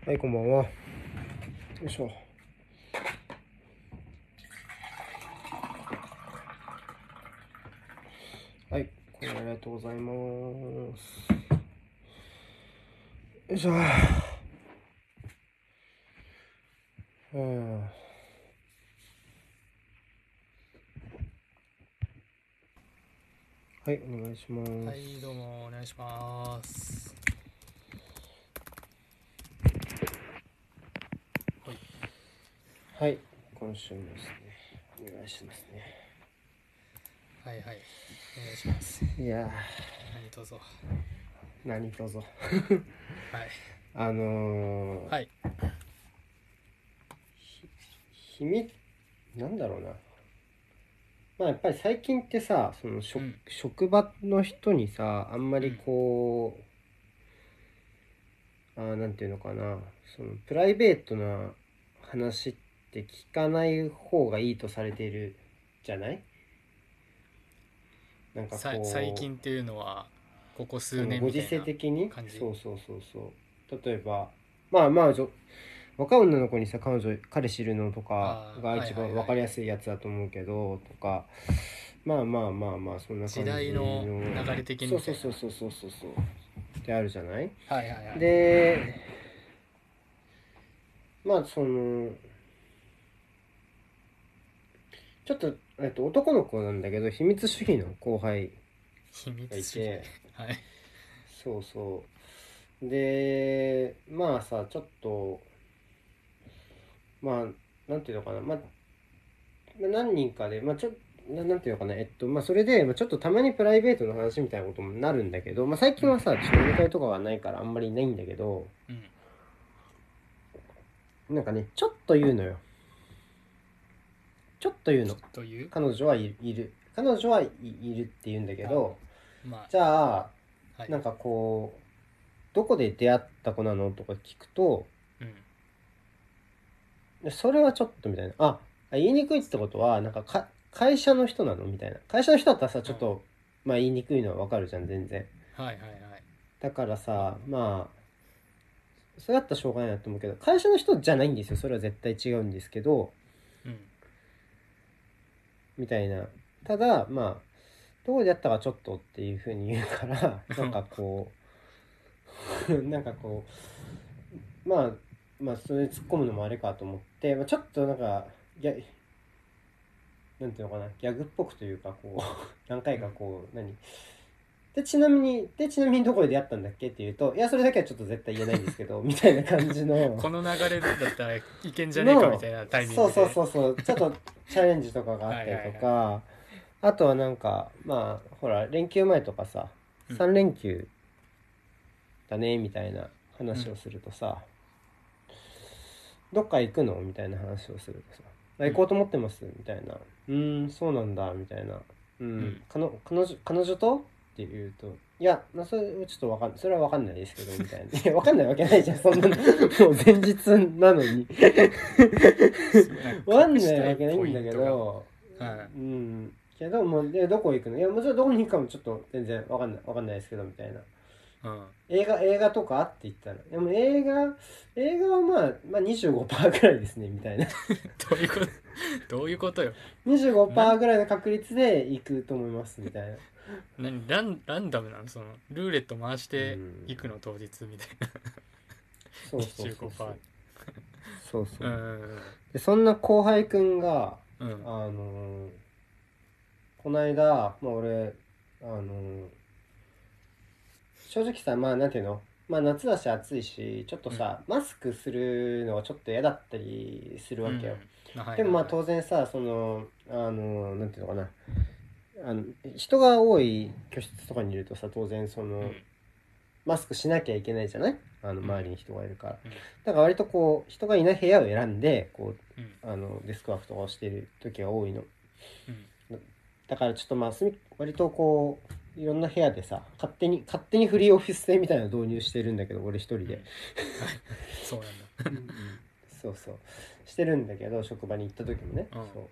はい、こんばんは。よいしょ。はい、これありがとうございます。よいしょ。はい、お願いします。 はい、どうもお願いします。はい。 はい、今週もですね、お願いしますね。 はいはい。お願いします。 いや何卒。 何卒。 はい。 あのー、 はい。 秘密、なんだろうな。まあやっぱり最近ってさ、そのうん。 職場の人にさ、あんまりうん。 こう、なんていうのかな、そのプライベートな話って聞かない方がいいとされているじゃない？なんか最こう、 近っていうのは、ここ数そのご時世年みたいな的に、 感じ。 そうそうそうそう。例えば、まあまあ、若い女の子にさ、彼氏いるのとかああ、 が一はいはいはいはい。 番わかりやすいやつだと思うけど、とか、まあまあまあまあ、そんな時感じ代のの、 流れ的にそうみたいな。 そうそうそうそうそうそう。ってあるじゃない？ はいはいはい。 で、まあその、ちょっと、男の子なんだけど、秘密主義の後輩秘密がい主義ね。 て、 はい。 そうそう。で、まあさ、ちょっと、まあ、なんていうのかな、まあ、何人かで、まあ、なんていうのかな、まあ、それで、まあ、ちょっとたまにプライベートの話みたいなこともなるんだけど、まあ、最うん。 近はさ、ちょっと飲み会とかがないからあんまりないんだけど、 うん。 なんかね、ちょっと言うのよ。ちょっと言うの。 ちょっと言う。 彼女はいる。彼女はいるって言うんだけああ。 ど、 まじゃあ、 あ、はい。 なんかこう、どこで出会った子なのとか聞くと、 うん。 それはちょっとみたいな。言いにくいってことは、会社の人なのみたいな。会社の人だったらさ、ちうん。 ょっと、まあ言いにくいのはわかるじゃん、全然。 はいはいはい。 だからまあ、 さ、まあ、それだったらしょうがないなと思うけど、会社の人じゃないんですよ。それは絶対違うんですけど、 うん。 みたいな。ただ、まあ、どこでやったかちょっとっていう風に言うから、なんかこう、なんかこう、まあ、それ突っ込むのもあれかと思って、まあ、ちょっとなんか、なんていうのかな、ギャグっぽくというか、こう、何回かうん。 こう、ちなみにどこで出会ったんだっけっていうと、いや、それだけはちょっと絶対言えないんですけど、みたいな感じの、 この流れだったらいけんじゃねえかみたいなタイミンそうそうグで。 そうそう、ちょっとチャレンジとかがあったりとはいはいはい。 か、あとはなんか、まあ、ほら、連休前とかさ、 うん。 3連休だね、みたいなうん。 話をするとさ、どっか行くのみたいな話をするとさ、 うん。 行こうと思ってますみたいな。そうなんだ、みたいな。 うん。 彼女とって言うと、いや、まあ、それはちょっとわかんない。それはわかんないですけど、みたいな。いや、わかんないわけないじゃん、そんなの。もう前日なのに。 すごいなんわかか隠しんないわたいポけないんだイントが。 けど、 はい。 けど、もう、で、どこ行くの？いや、もちろんどこに行くかもちょっと全然わかんないですけど、みたいな。 うん。 映画とかって言ったら、でも映画はまあ25%ぐらいですね、みたいな。 どういうこと？どういうことよ。なん、 25%ぐらいの確率で行くと思います、みたいな。 ランダムなの？その、ルーレット回してうん。 いくの当日みたいな。 そうそうそうそう。 25%。 そうそうう。 ん。 で、そんな後輩くんが、 うん。 あのーこの間、まあ俺、あのー正直さ、まあなんていうの、まあ夏だし暑いし、ちょっとうん。 さ、マスクするのがちょっと嫌だったりするわけよ。 うん。あ、はいでもまあはいはい。 当然さ、なんていうのかな、あの、人が多い居室とかにいるとさ、当然うん。 マスクしなきゃいけないじゃない？ うん。 周りに人がいるから。 うん。 だから割とこう、人がいない部屋を選んで、 うん。 デスクワークとかをしている時が多いの。 うん。 だからちょっとまあ、割とこう、いろんな部屋でさ、勝手にフリーオフィス制みたいなの導入してるんだけど、俺一人で。 うん。はい。そうなんだ。 そうそう。してるんだけど、職場に行った時もね。 うん。 そう。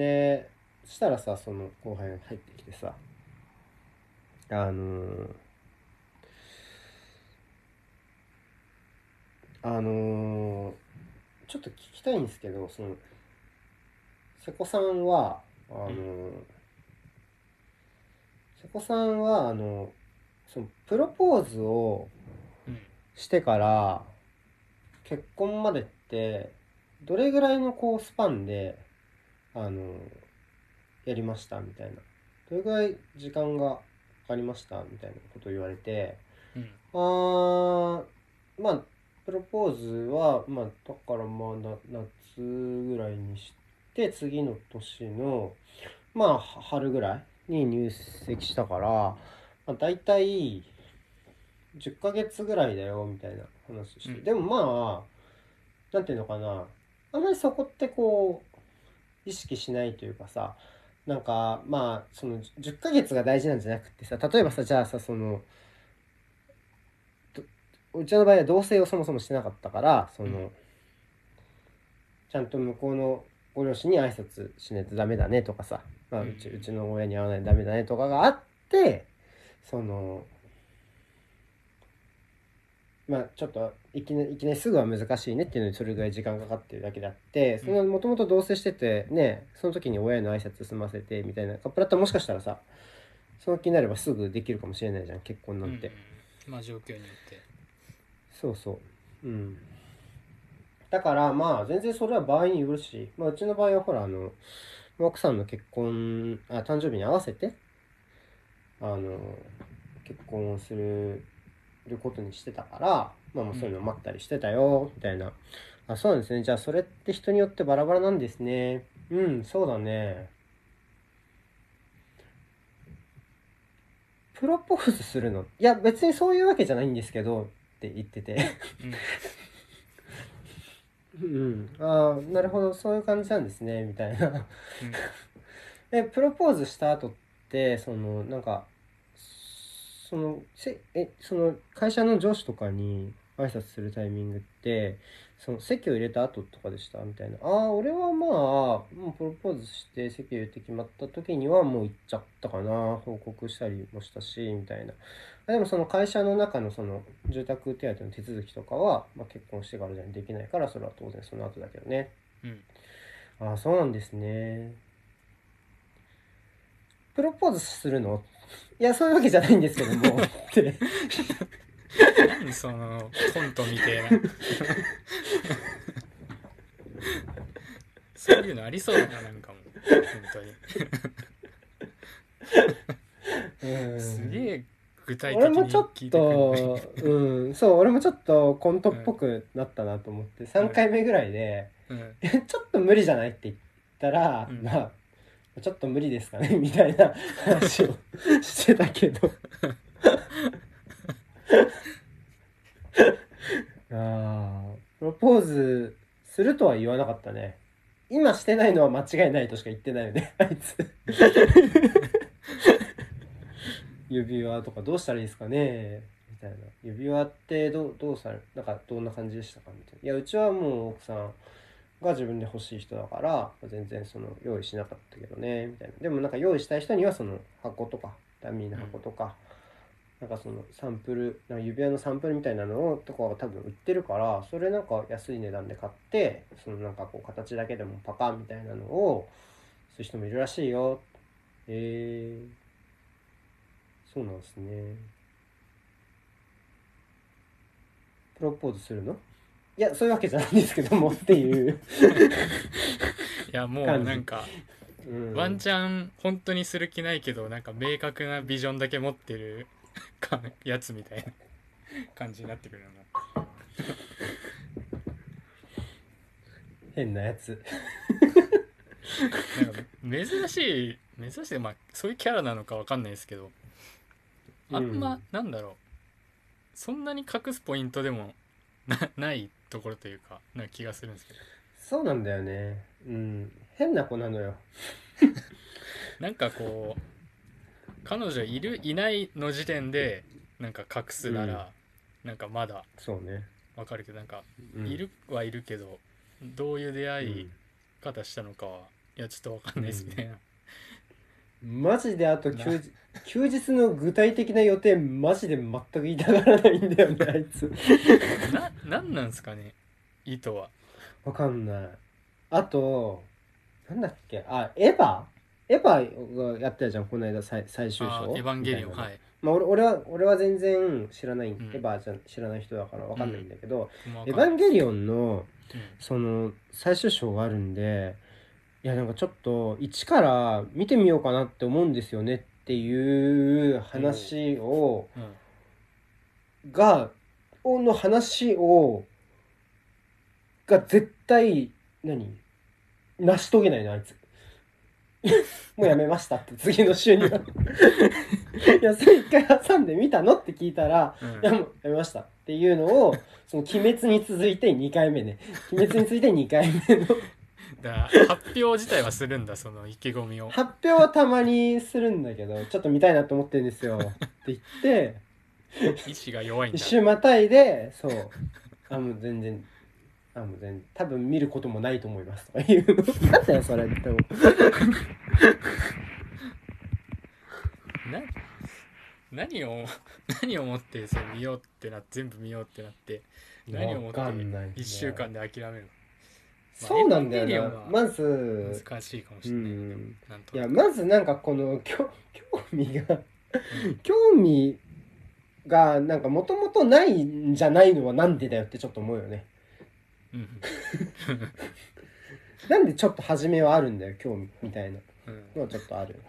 で、そしたらさ、その後輩が入ってきてさ、あのーちょっと聞きたいんですけど、瀬古さんは瀬古さんはそのプロポーズをうん。 してから結婚までってどれぐらいのこうスパンであのやりましたみたいな、どれぐらい時間がかかりましたみたいなことを言われて、 うん。 まあプロポーズはまあだからまあ夏ぐらいにして次の年のまあ春ぐらいに入籍したから、まあ、大体10ヶ月ぐらいだよみたいな話して、 うん。 でもまあなんていうのかな、あんまりそこってこう意識しないというかさ、なんかまあその10ヶ月が大事なんじゃなくてさ、例えばさ、じゃあさ、うちの場合は同棲をそもそもしてなかったから、 うん。 ちゃんと向こうのご両親に挨拶しないとダメだねとかさ、まあ、 うん。 うちの親に会わないとダメだねとかがあって、そのまあちょっといきなりすぐは難しいねっていうのにそれぐらい時間かかってるだけであって、 うん。 もともと同棲しててね、その時に親への挨拶済ませてみたいなカップルだったらもしかしたらさ、その気になればすぐできるかもしれないじゃん、結婚なうん。 んて。 まあ状況によって。 そうそう。うん。だからまあ全然それは場合によるし、まあうちの場合はほら奥さんの誕生日に合わせて、あの、結婚をすることにしてたから、まあもううん。 そういうの待ったりしてたよ、みたいな。あ、そうなんですね。じゃあそれって人によってバラバラなんですね。うん、そうだね。プロポーズするの、いや別にそういうわけじゃないんですけどって言ってて。 うん。 うん、ああ、なるほど、そういう感じなんですね、みたいな。 うん。 プロポーズした後って、なんか、その会社の上司とかに挨拶するタイミングって、その席を入れた後とかでしたみたいな。ああ、俺はまあ、もうプロポーズして席を入れて決まった時にはもう行っちゃったかな。報告したりもしたし、みたいな。でもその会社の中のその住宅手当の手続きとかは、まあ、結婚してからじゃできないから、それは当然その後だけどね。 うん。 ああ、そうなんですね。プロポーズするの、いや、そういうわけじゃないんですけども。って。 何そのコントみてえな。そういうのありそうだな、なんかもう。本当に。 うん。 すげえ具体的俺もちょっに聞いてくんのに。 と、うん、そう、俺もちょっとコントっうん。 ぽくなったなと思って、3 うん。 回目ぐらいで、 うん。 ちょっと無理じゃないって言ったら、 うん。 まあ、ちょっと無理ですかね、みたいな話をしてたけど。ああ、プロポーズするとは言わなかったね。今してないのは間違いないとしか言ってないよね、あいつ。指輪とかどうしたらいいですかねみたいな。指輪ってどうされ、なんかどんな感じでしたかみたいな。いや、うちはもう奥さんが自分で欲しい人だから、全然用意しなかったけどね、みたいな。でもなんか用意したい人にはその箱とか、ダミーのうん。 箱とか、なんかそのサンプル、なんか指輪のサンプルみたいなのをとかは多分売ってるから、それなんか安い値段で買って、なんかこう形だけでもパカンみたいなのを、そういう人もいるらしいよ。そうなんですね。プロポーズするの、いや、そういうわけじゃないんですけどもっていういや、もう感じ。 なんか、 うん。 ワンチャン本当にする気ないけど、なんか明確なビジョンだけ持ってるやつみたいな感じになってくるのも。 変なやつ。 なんか珍しい、まあそういうキャラなのかわかんないですけど、あんま、 うん。 なんだろう、そんなに隠すポイントでもないところというか、な気がするんですけど。 そうなんだよね。うん。変な子なのよ。 なんかこう、彼女いる、いないの時点で、なんか隠すうん。 なら、なんかまだそうね。 わかるけど、なんか、 うん。 いるはいるけど、どういう出会いうん。 方したのかは、いや、ちょっとわかんないですみうん。 たいな。 マジであとな、 休日の具体的な予定マジで全く言いたがらないんだよね、あいつ。 なんなんすかね、意図は。 わかんない。あとなんだっけ、エヴァがやってたじゃんこの間、最終章エヴァンゲみたいなの。 リオン、はい。 まあ俺は全然知らない、 うんエヴァじゃ知らない人だからわかんないんだけど、 僕もわエヴかんないです。 ァンゲリオンのうんその最終章があるんで、いやなんかちょっと一から見てみようかなって思うんですよねっていう話をうんがの話をが絶対成し遂げないのあいつ。もうやめましたって次の週にはいやそれ一回挟んでみたのって聞いたら、 うんいやもうやめましたっていうのを、その鬼滅に続いて2回目ね、鬼滅に続いて2回目のだから発表自体はするんだ、その意気込みを。 発表はたまにするんだけど、ちょっと見たいなと思ってるんですよって言って意志が弱いん一だ。 周またいで、そう、もう全然、多分見ることもないと思いますとか言うのなんだよそれってな何を何をもってそれ見ようって全部見ようってなって、何をもわってかんないんだよ 1週間で諦めるの。 そうなんだエヴァンゲリオよな。 ンはまず、 難しいかもしうれないな、でもん。 なんといや、 なく。 まずなんかこの興味がうん興味がなんかもともとないんじゃないのはなんでだよってちょっと思うよね。 うんなんでちょっと初めはあるんだよ、興味みたいなうんのはちょっとある。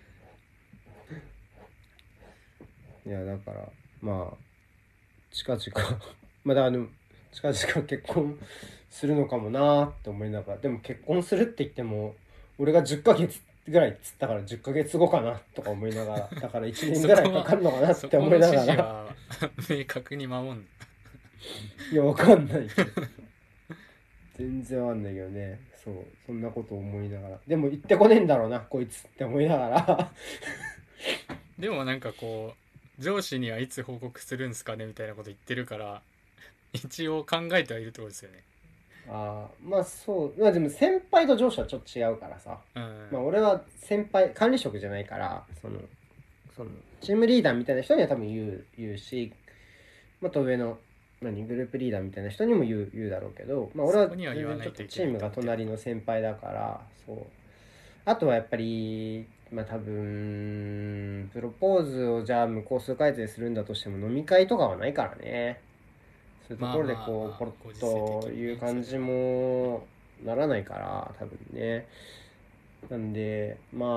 いや、だから、まあ、近々まあだからでも、近々結婚するのかもなーって思いながら、でも結婚するって言っても、俺が10ヶ月ぐらいっつったから10ヶ月後かなとか思いながら、だから1年ぐらいかかるのかなって思いなそこの指がら、 示は明確に守んいや、わかんないけど。全然わかんないけどね。そう、そんなこと思いながら。でも言ってこねえんだろうな、こいつって思いながら。 でもなんかこう上司にはいつ報告するんすかねみたいなこと言ってるから、一応考えてはいるってことですよね。 まあそう。まあでも先輩と上司はちょっと違うからさ。 うんまあ俺は先輩、管理職じゃないから、その、チームリーダーみたいな人には多分言うし、また上の、グループリーダーみたいな人にも言うだろうけど、まあ俺はそこには全言わない然ちょっとチといけないとームが隣の先輩だから、そう。あとはやっぱり、まあ多分、プロポーズをじゃあ無個数改善するんだとしても飲み会とかはないからね。そういうとまあまあころでこう、 まあポロッご時世的とにね、 いう感じそれは。 もならないから、多分ね。なんで、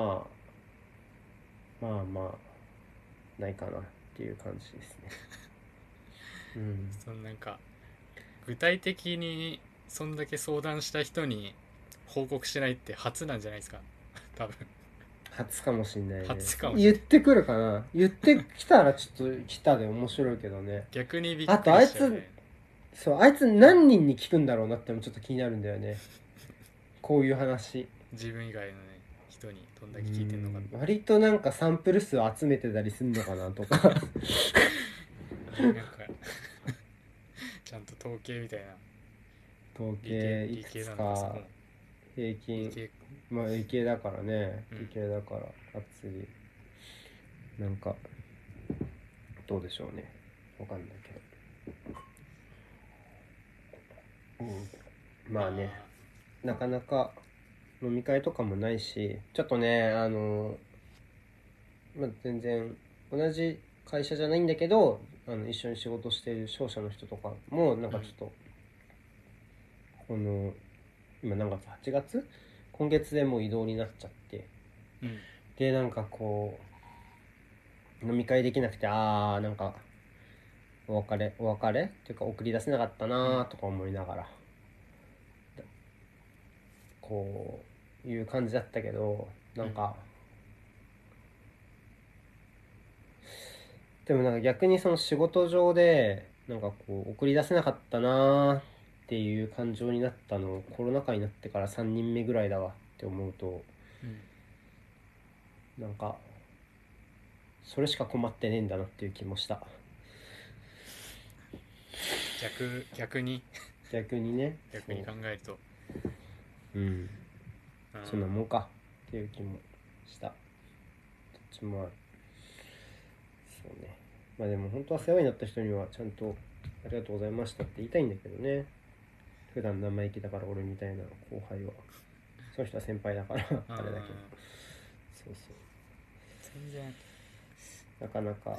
ないかなっていう感じですね。うん。 そのなんか具体的にそんだけ相談した人に報告しないって初なんじゃないですか多分。 初かもしんないね。 初かもしれない。 言ってくるかな。言ってきたらちょっと来たで面白いけどね。 逆にびっあくとあいつ、 りしちゃうね。 そう、あいつ何人に聞くんだろうなってもちょっと気になるんだよね。こういう話。 自分以外のね人にどんだけ聞いてんのか。 割となんかサンプル数集めてたりすんのかなとか。 なんかちゃんと統計みたいな。 統計い理くつ系なのか、そこかも平均、 理系。 まあ理系だからね。 うん理系だから、がっつり。なんか、どうでしょうね。わかんないけど。まあね、なかなか飲み会とかもないし、ちょっとね、全然同じ会社じゃないんだけど、一緒に仕事している商社の人とかも、なんかちょっと、今何月 ?8 月今月でもう異動になっちゃって、 うんで、なんかこう、飲み会できなくて、なんか、お別れっていうか送り出せなかったなとか思いながら、こういう感じだったけど、なんか、でもなんか逆にその仕事上でなんかこう送り出せなかったなっていう感情になったのコロナ禍になってから3人目ぐらいだわって思うと、 うんなんかそれしか困ってねえんだなっていう気もした。 逆に逆にね。 逆に考えると、 うん、 うんそんなもんかっていう気もした。どっちもある。そうね。 まあでも本当は世話になった人にはちゃんとありがとうございましたって言いたいんだけどね。普段生意気だから俺みたいな後輩は、その人は先輩だからあれだけど、そうそう全然なかなか。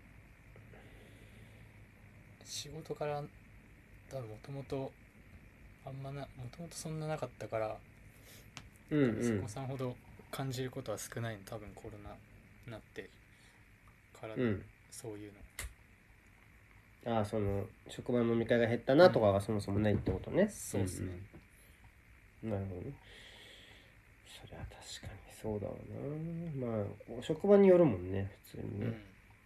仕事から多分もともとそんななかったから、 うんう多分瀬古んさんほど感じることは少ないの、多分コロナになってからのうん。 そういうああ、その職場の飲み会が減ったなとかがそもそもないってことね。 そうっすね。 うんうん、なるほどね。それは確かにそうだわな。まあ職場によるもんね、普通にね。 うん、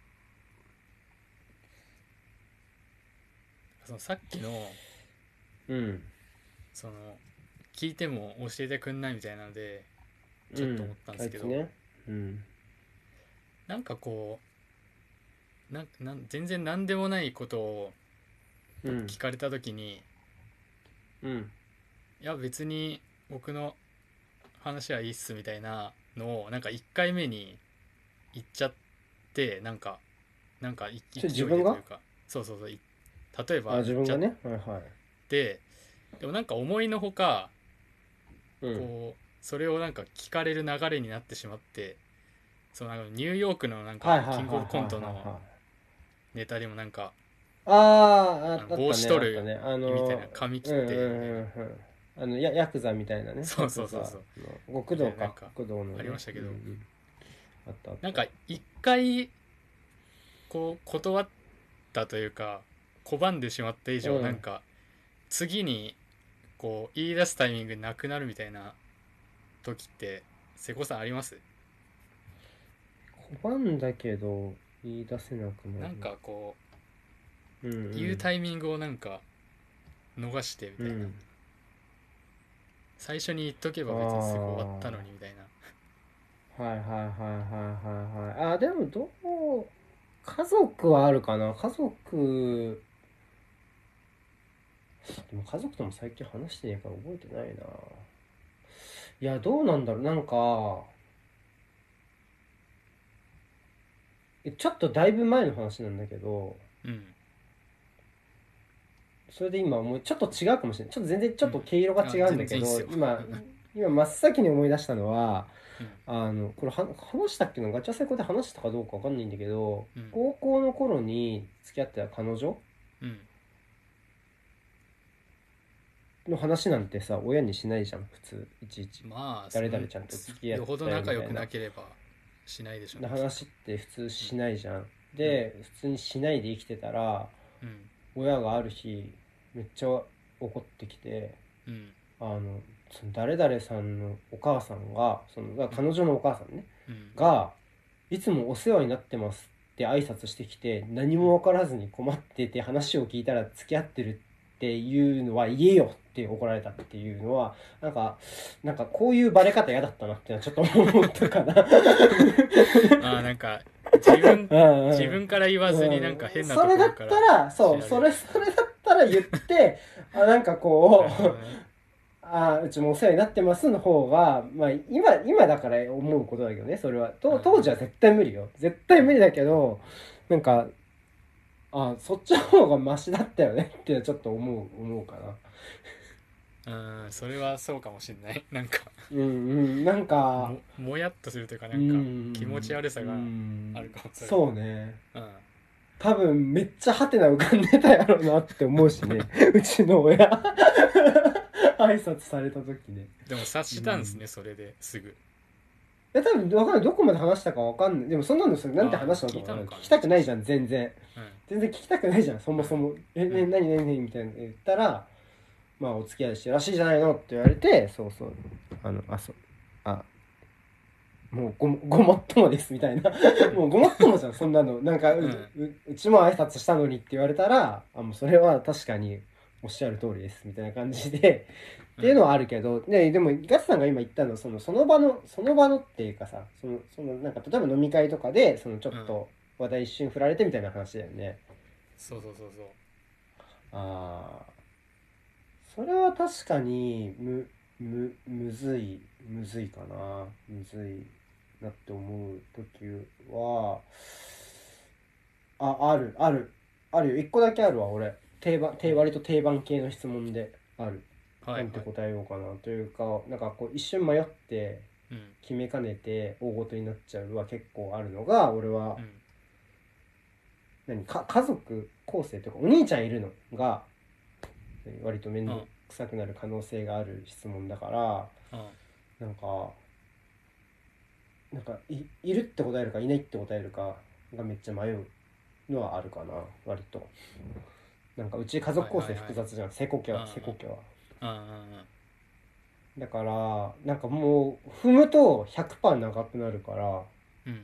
そのさっきのうんその聞いても教えてくんないみたいなのでちょっと思うん。 ったんですけど、 あいつね。うんなんかこ全然何でもないことをうん聞かれた時に、 うんいや別に僕の話はいいっすみたいなのをなんか1回目に言っちゃって、なんか勢い自分が、 でというか、そうそうそう、例えあ、 ば言っちゃっ自分がね、はいはいて、でもなんか思いのほかうんこうそれをなんか聞かれる流れになってしまって、そのなんかニューヨークのなんかはいはいはいキングオブコントのはいはい。 ネタでもなんかああ、あ帽ったね、 子取るあったね。 みたいな、髪切っうんうんてみたいな、 うんうん。ヤクザみたいなね。 そうそヤクザうそうそうの、極みたい道か。 ななんか極道のありまね。 したけど、 うんうん。あったあった。 なんか一回こう断ったというか拒んでしまった以上、なんうん。 か次にこう言い出すタイミングなくなるみたいな時って瀬古さんあります？ 拒んだけど、言い出せなくなる。 なんかこうんうう言うん。 タイミングをなんか逃してみたいな、 うん。 最初に言っとけあば別にすぐ終わったのにみたいな。 あ。はいはいはいはいはいはい。あ、でも家族はあるかな。家族、でも家族とも最近話してねえから覚えてないな。いや、どうなんだろう。なんか、ちょっとだいぶ前の話なんだけど、 うんそれで今もうちょっと違うかもしれない。ちょっと全然ちょっとうん、 毛色があ違うんだけど、 全然いいっすよ今真っ先に思い出したのは、 うんこれ話したっけな、ガチャセコで話したかどうかわかんないんだけど、 うん高校の頃に付き合ってた彼女うんの話なんてさ、親にしないじゃん、普通、いちいち。 まあ誰々ちゃんと付き合っよほどてたよみ仲良くたいな。 なければしないでしょうね、きっと。 話って普通しないじゃん。 うんで、普通にしないで生きてたら、 うん親がある日、めっちゃ怒ってきて、 うんその誰々さんのお母さんが、彼女のお母さんね、 うんが、いつもお世話になってますって挨拶してきて、何も分からずに困ってて話を聞いたら付き合ってるっていうのは言えよって怒られたっていうのは、なんかこういうバレ方嫌だったなっていうのはちょっと思ったかな。 まあなんか自分うんう自ん分から言わずになんか変なとそれだっころからたら、そう、 知られる。 それだったら言って、なんかこなるほどう、 ね。 うちもお世話になってますの方が、まあ今だから思うことだけどね、それは。当時は絶対無理よ。絶対無理だけど、なんか、そっちの方がマシだったよねってちょっと思うかな。 うんそれはそうかもしんない。なんかうんうん、なんか、 もやっとするというか、 うなんか気持ちん、う悪さがあるん、 かも。それはそうね。 うん多分めっちゃハテナ浮かんでたやろうなって思うしね。うちの親。挨拶された時ね。 でも察うん。 したんですね、それですぐ。 多分わかんない。どこまで話したかわかんない。でもそんなのなんてああ話したのとか聞いたのかな、 聞きたもしかして。 くないじゃん、全然。 うん全然聞きたくないじゃん、そもそも。 うん何何何みたいなの言ったら、まあお付き合いしてるらしいじゃないのって言われて、そうそう。そう。あ、もうごもっともですみたいな。もうごもっともじゃん、そんなの。なんかうんうちも挨拶したのにって言われたら、もうそれは確かにおっしゃる通りですみたいな感じで、っていうのうんはあるけど、でもガスさんが今言ったのはその場のっていうかさ、なんか例えば飲み会とかでちょっうんと話題一瞬振られてみたいな話だよね。 そうそうそうそう。 ああ、それは確かにむずいかな。むずいなって思う時はあるあるあるよ。一個だけあるわ俺。割と定番系の質問である。 はいはい。 なんて答えようかなというか、なんかこう一瞬迷ってうん決めかねて大ごとになっちゃうは結構あるのが、俺はうん家族構成というかお兄ちゃんいるのが割と面倒うんくさくなる可能性がある質問だから、 うんなんかいるって答えるかいないって答えるかがめっちゃ迷うのはあるかな。割となんかうち家族構成はいはいはい。 複雑じゃん、セコ家うんうんはセコ家は。 うんうんだからなんかもう踏むと100%長くなるから、 うん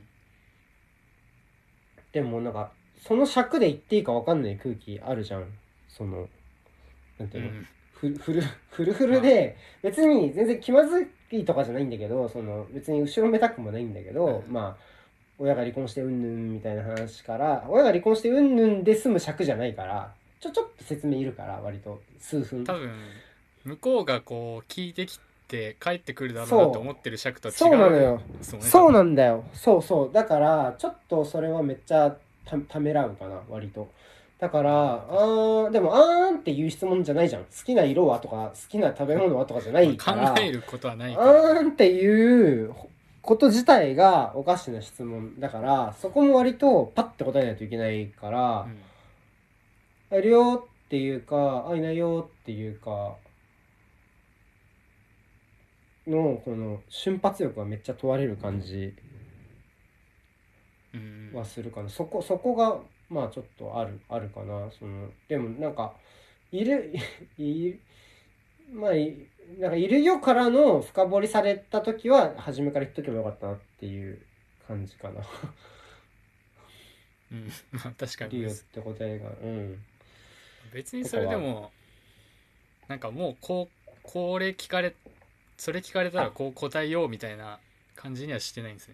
でもなんかその尺で言っていいか分かんない空気あるじゃん。そのなんていうの、 うん。 フルフルまで別に全然気まずいとかじゃないんだけど、その別に後ろめたくもないんだけあ、 ど、まあ親が離婚してうんぬんみたいな話から、親が離婚してうんぬんで済む尺じゃないから、ちょっと説明いるから、割と数分。 多分向こうがこう聞いてきて帰ってくるだろうなってそう思ってる尺とは違うそうなのよ。 ですもんね、多そう分。 なんだよ。そうそう。だからちょっとそれはめっちゃためらうかな、割と。だからああ、確かに。 でもっていう質問じゃないじゃん。好きな色はとか好きな食べ物はとかじゃなまあ考いから、 えることはないからね。 っていうこと自体がおかしな質問だから、そこも割とパッて答えないといけないから、 うん。 いるよっていうか、いないよっていうかの、この瞬発力がめっちゃ問われる感じうん。 はするかな。そこが、まあちょっとあるかな。でもなんか、いる、いる、まあ、なんかいるよからの深掘りされた時は、初めから言っとけばよかったなっていう感じかな。 うん。まあ確かにいるよって答えが、うん。 別にそとかは、 れでもなんかもうこれ聞かれそれ聞かれたらあ、 こう答えようみたいな感じにはしてないんですね。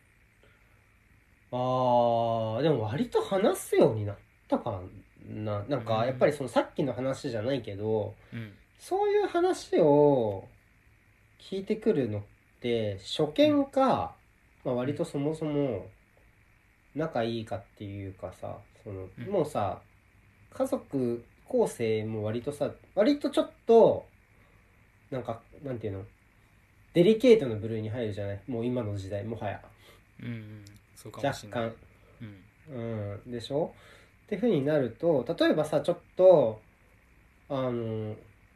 でも割と話すようになったかな。なんか、やっぱうん。 りそのさっきの話じゃないけど、 うん。 そういう話を聞いてくるのって初うん見か、まあ、 うん割とそもそも仲いいかっていうかさ、 うんもうさ、家族構成も割とちょっとなんかなんていうの、デリケートな部類に入るじゃない、もう今の時代もはや。 うんうん。そうかも若干。 しんない。うん。 うんでしょ。ってふうになると、例えばさ、ちょっとあの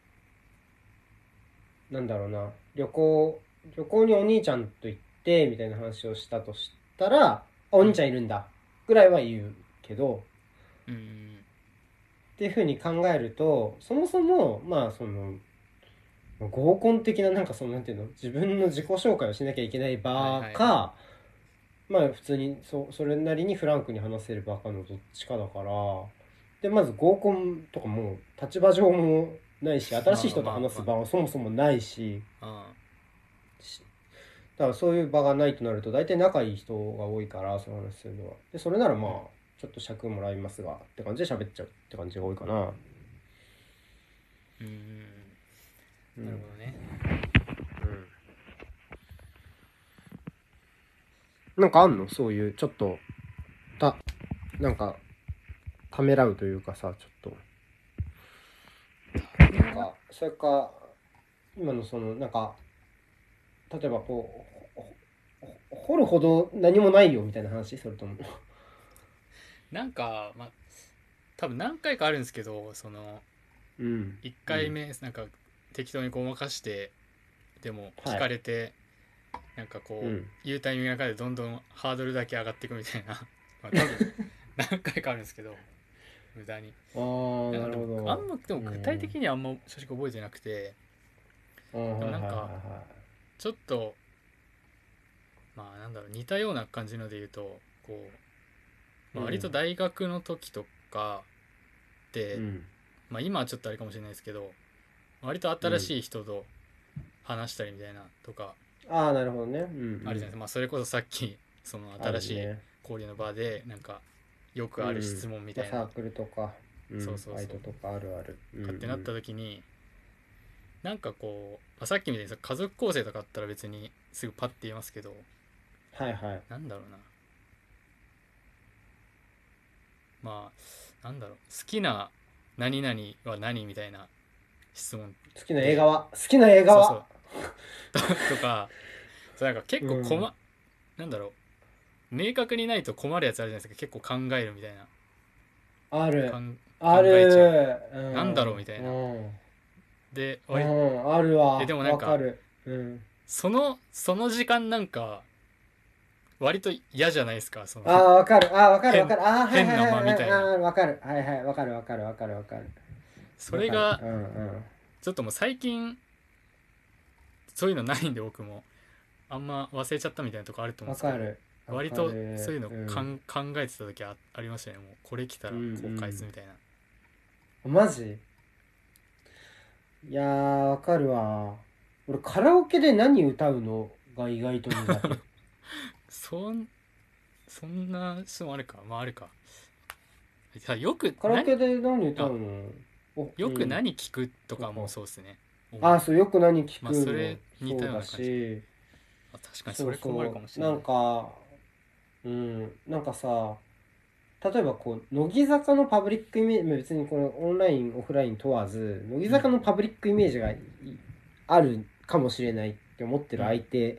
なんだろうな、旅行にお兄ちゃんと行ってみたいな話をしたとしたら、お兄ちうんゃんいるんだぐらいは言うけど、 うんうんっていうふうに考えると、そもそもまあ合コン的な、なんかなんていうの、自分の自己紹介をしなきゃいけないはい場はいはい。 か、まあ普通にそれなりにフランクに話せる場かのどっちかだから、でまず合コンとかも立場上もないし、新しいまあ人と話すまあま場はそもそもないし、 あ。 だからそういう場がないとなると大体仲いい人が多いから、その話するのは。でそれならまあうんちょっと尺もらいますがって感じで喋っちゃうって感じが多いかな。 うんうんうん。なるうん。 ほどね。 うん。なんかあんのそういうちょっとたなんかためらうというかさ、ちょっとなんためらっかそれか今のなんか例えば掘るほど何もないよみたいな話、それとも。 なんかまあ多分何回かあるんですけど、そのうん 1 うん回目なんか適当にごまかしてでも聞はいかれて、なんかこううん言うタイミングの中でどんどんハードルだけ上がっていくみたいなまあ多分何回かあるんですけど、無駄に。 ああななんかでもるほど。 あんまでも具体うん的にはあんま正直覚えてなくて、ではいはいはいはいもなんかはちょっとまあなんだろう、似たような感じので言うとこう、 い。 まあ、割と大学の時とかで、 うんまあ今はちょっとあれかもしれないですけど、割と新うんしい人と話したりみたいなとかああなるほどね。うんうあるじゃないですか。 んまあそれこそさっきそのあ新しいるね。 交流の場でなんかよくあるうん質問みたいな、 まあサークルとかバイそうそうそうトとかあるある。うんかってなった時に、なんかこう、まあ、さっきみたいにさ家族構成とかあったら別にすぐパッて言いますけど、 はいはい。 なんだろうな、 まあなんだろう、好きな何々は何みたいな質問好きな映で、 画は好きな映画そうそうはとか、そうなんか結構うんなんだろう、明確にないと困るやつあるじゃないですか。結構考えるみたいな、 ある考あえちゃう、 るなんだろうみたいな。であるわでもなんかわかるその時間なんか割と嫌じゃないですか、そのわかるわかるわか変るはい変なはいはいはい間みたいな。 わかるはいはいわかるわかるわかるわかるわかるそれがちょっともう最近そういうのないんで、僕もあんま忘れちゃったみたいなとこあると思うんですけど、 わかるわ割とかるそういうの考えてた時ありましたね。もうこれ来たらこう返すみたいな。 マジいやわかるわ俺カラオケで何歌うのが意外と苦手そんそんな人もあるか。まああるか。さよくカラオケで何歌あうのよく何聞くとかもそうかそうですね。音楽そうよく何聞まあくのそれ似たそうだような感じ。 し確かにそそうれ困るそかもしれない。 うなんかなんかさ例えばこう乃木坂のパブリックイメージ別にこのオンラインオフライン問わず乃木坂のパブリックイメージがあるかもしれないって思ってる相手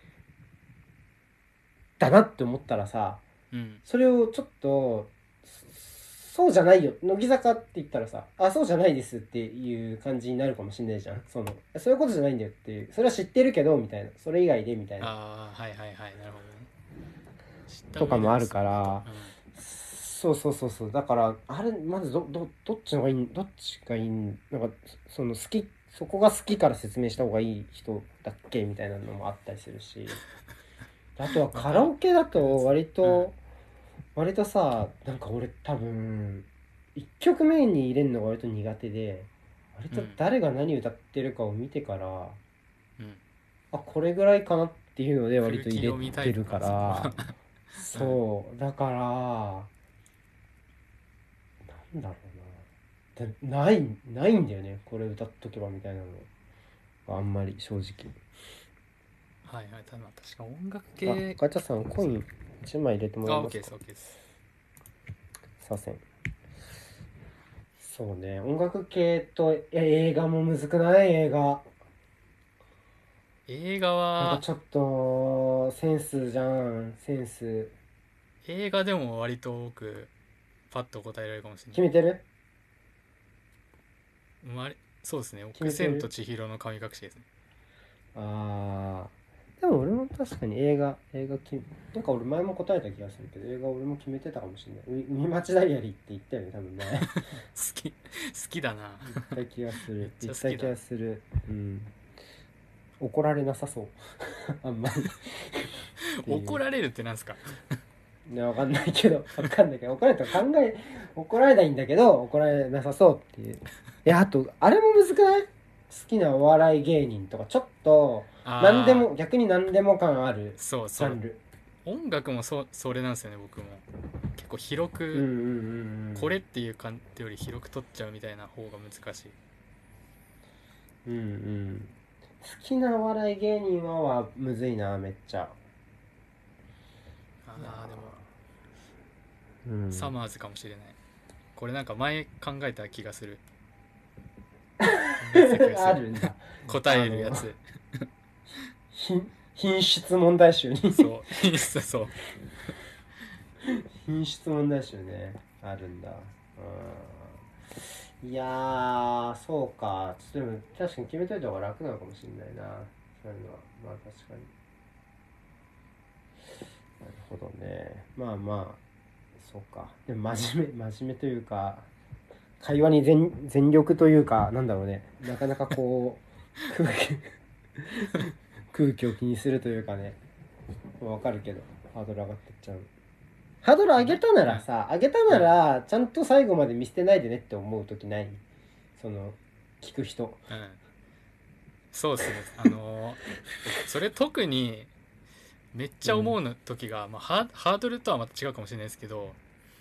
だなって思ったらさうんそれをちょっとそうじゃないよ乃木坂って言ったらさそうじゃないですっていう感じになるかもしれないじゃんそういうことじゃないんだよっていうそれは知ってるけどみたいなそれ以外でみたいなはいはいはい、なるほどね。知ったとかもある上でのそからそうだからあれまずどっちのがいいどっちがいいなんかそこが好きから説明した方がいい人だっけみたいなのもあったりするしあとはカラオケだと割とさなんか俺多分1曲目に入れるのが割と苦手で割と誰が何歌ってるかを見てから、これぐらいかなっていうので割と入れ空気読みタてるかイプなんですね。 らそうだからなんだろうなないんだよねこれ歌っとけばみたいなのがあんまり正直はいはい、ただ確か音楽系。 ガチャさんコイン1枚入れてもらえます OK でかす OK です。 すいませんそうね音楽系と映画もむずくない映画映画はなんかちょっとセンスじゃんセンス映画でも割と多くパッと答えられるかもしれない。 決めてるそうですね、 決めてる億千と千尋の神隠しですね。 でも俺も確かに映画なんか俺前も答えた気がするけど映画俺も決めてたかもしれない海町ダイアリーって言ったよね多分前好きだな。 言った気がするめっちゃ好きだ。 言った気がする怒られなさそうあんまり怒られるってなんですか？ ねわかんないけど怒られないんだけど怒られなさそうっていうあとあれもむずくない好きなお笑い芸人とかちょっと逆に何でも感あるそうそう、 ジャンル音楽もそれなんですよね。僕も結構広く、 うんうんうんうんこれっていう感じより広く取っちゃうみたいな方が難しい。 うんうん好きなお笑い芸人はむずいなめっちゃでも、 うんサマーズかもしれない。これなんか前考えた気がする。 あるんだ答えるやつ。 品質問題集にそう品質問題集ねあるんだいやーそうかでも確かに決めといた方が楽なのかもしれないなそういうのはまあ確かになるほどねまあそうかでも真面目というか会話に全力というかなんだろうねなかなかこう空気を気にするというかねわかるけどハードル上がってっちゃうハードル上げたならちゃんと最後まで見捨てないでねって思う時ない聞く人そうですね。それ特にめっちゃ思うの時が、ハードルとはまた違うかもしれないですけど、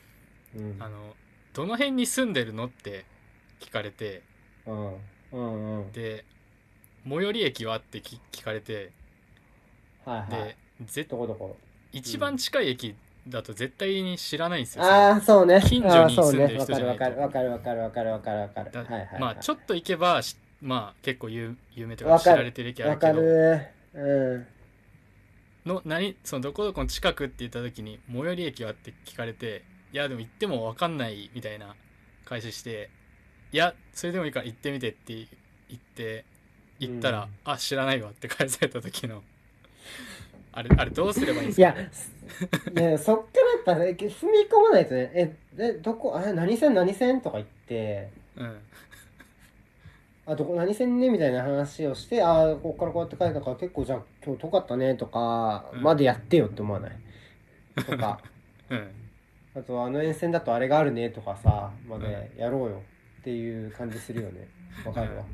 どの辺に住んでるのって聞かれて、で最寄り駅はって聞かれて、でどこ一番近い駅だと絶対に知らないんですよ。 ああ、そうね。 近所ああ、そうね。 に住んでるわかるわか人じゃないと。 るわかるわかるわかるわかるわかる。 だはいはいまあはちょっと行けばまあ結構有名というい。わかる。 か知られてる駅あわかるけど、 る。うん。 そのどこどこの近くって言った時に最寄り駅はって聞かれて、いやでも行っても分かんないみたいな開始して、いやそれでもいいから行ってみてって言って行ったら、 うん。 あ知らないわって返された時のあれどうすればいいんですいや、 かね。 ね、そっからやっぱ、踏み込まないとね、どこ、何線とか言って、 うん。 どこ何線ねみたいな話をして、こっからこうやって書いたから結構じゃあ今日遠かったねとか、 うん。 までやってよって思わないとか、 うん。 あとあの沿線だとあれがあるねとかさ、まうん。 でやろうよっていう感じするよね。わうん。いかるわ。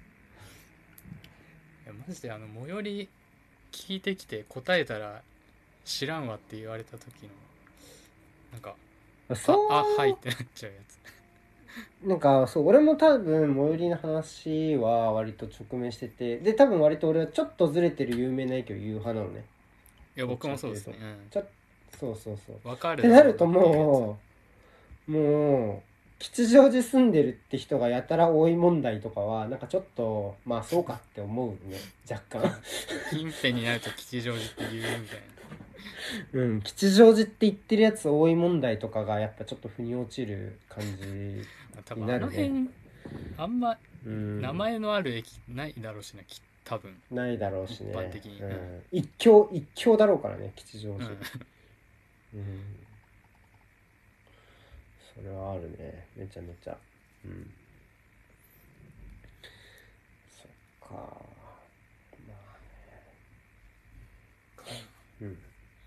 やマジで最寄り聞いてきて答えたら知らんわって言われた時のなんか、 そはいってなっちゃうやつ。 なんかそう、俺も多分最寄りの話は割と直面してて、で多分割と俺はちょっとずれてる有名な駅を言う派なのね。 いやどっ僕もそうですちかっていうと、 ね。うん。 ちょそうそうそう。っわかるてなるとだろうなっていうやつ。 もう吉祥寺住んでるって人がやたら多い問題とかはなんかちょっとまあそうかって思うね、若干。 近辺になると吉祥寺って言うみたいな。 うん、吉祥寺って言ってるやつ多い問題とかがやっぱちょっと腑に落ちる感じ多分になるね。 辺あんまうん、 名前のある駅ないだろうしな、多分ないだろう一しね。 般的に。 ううん。 ん、一強だろうからね、吉祥寺。 うん。 うん、それはあるね、めちゃめちゃ。うん、そっか。まあ、 かな。 うん。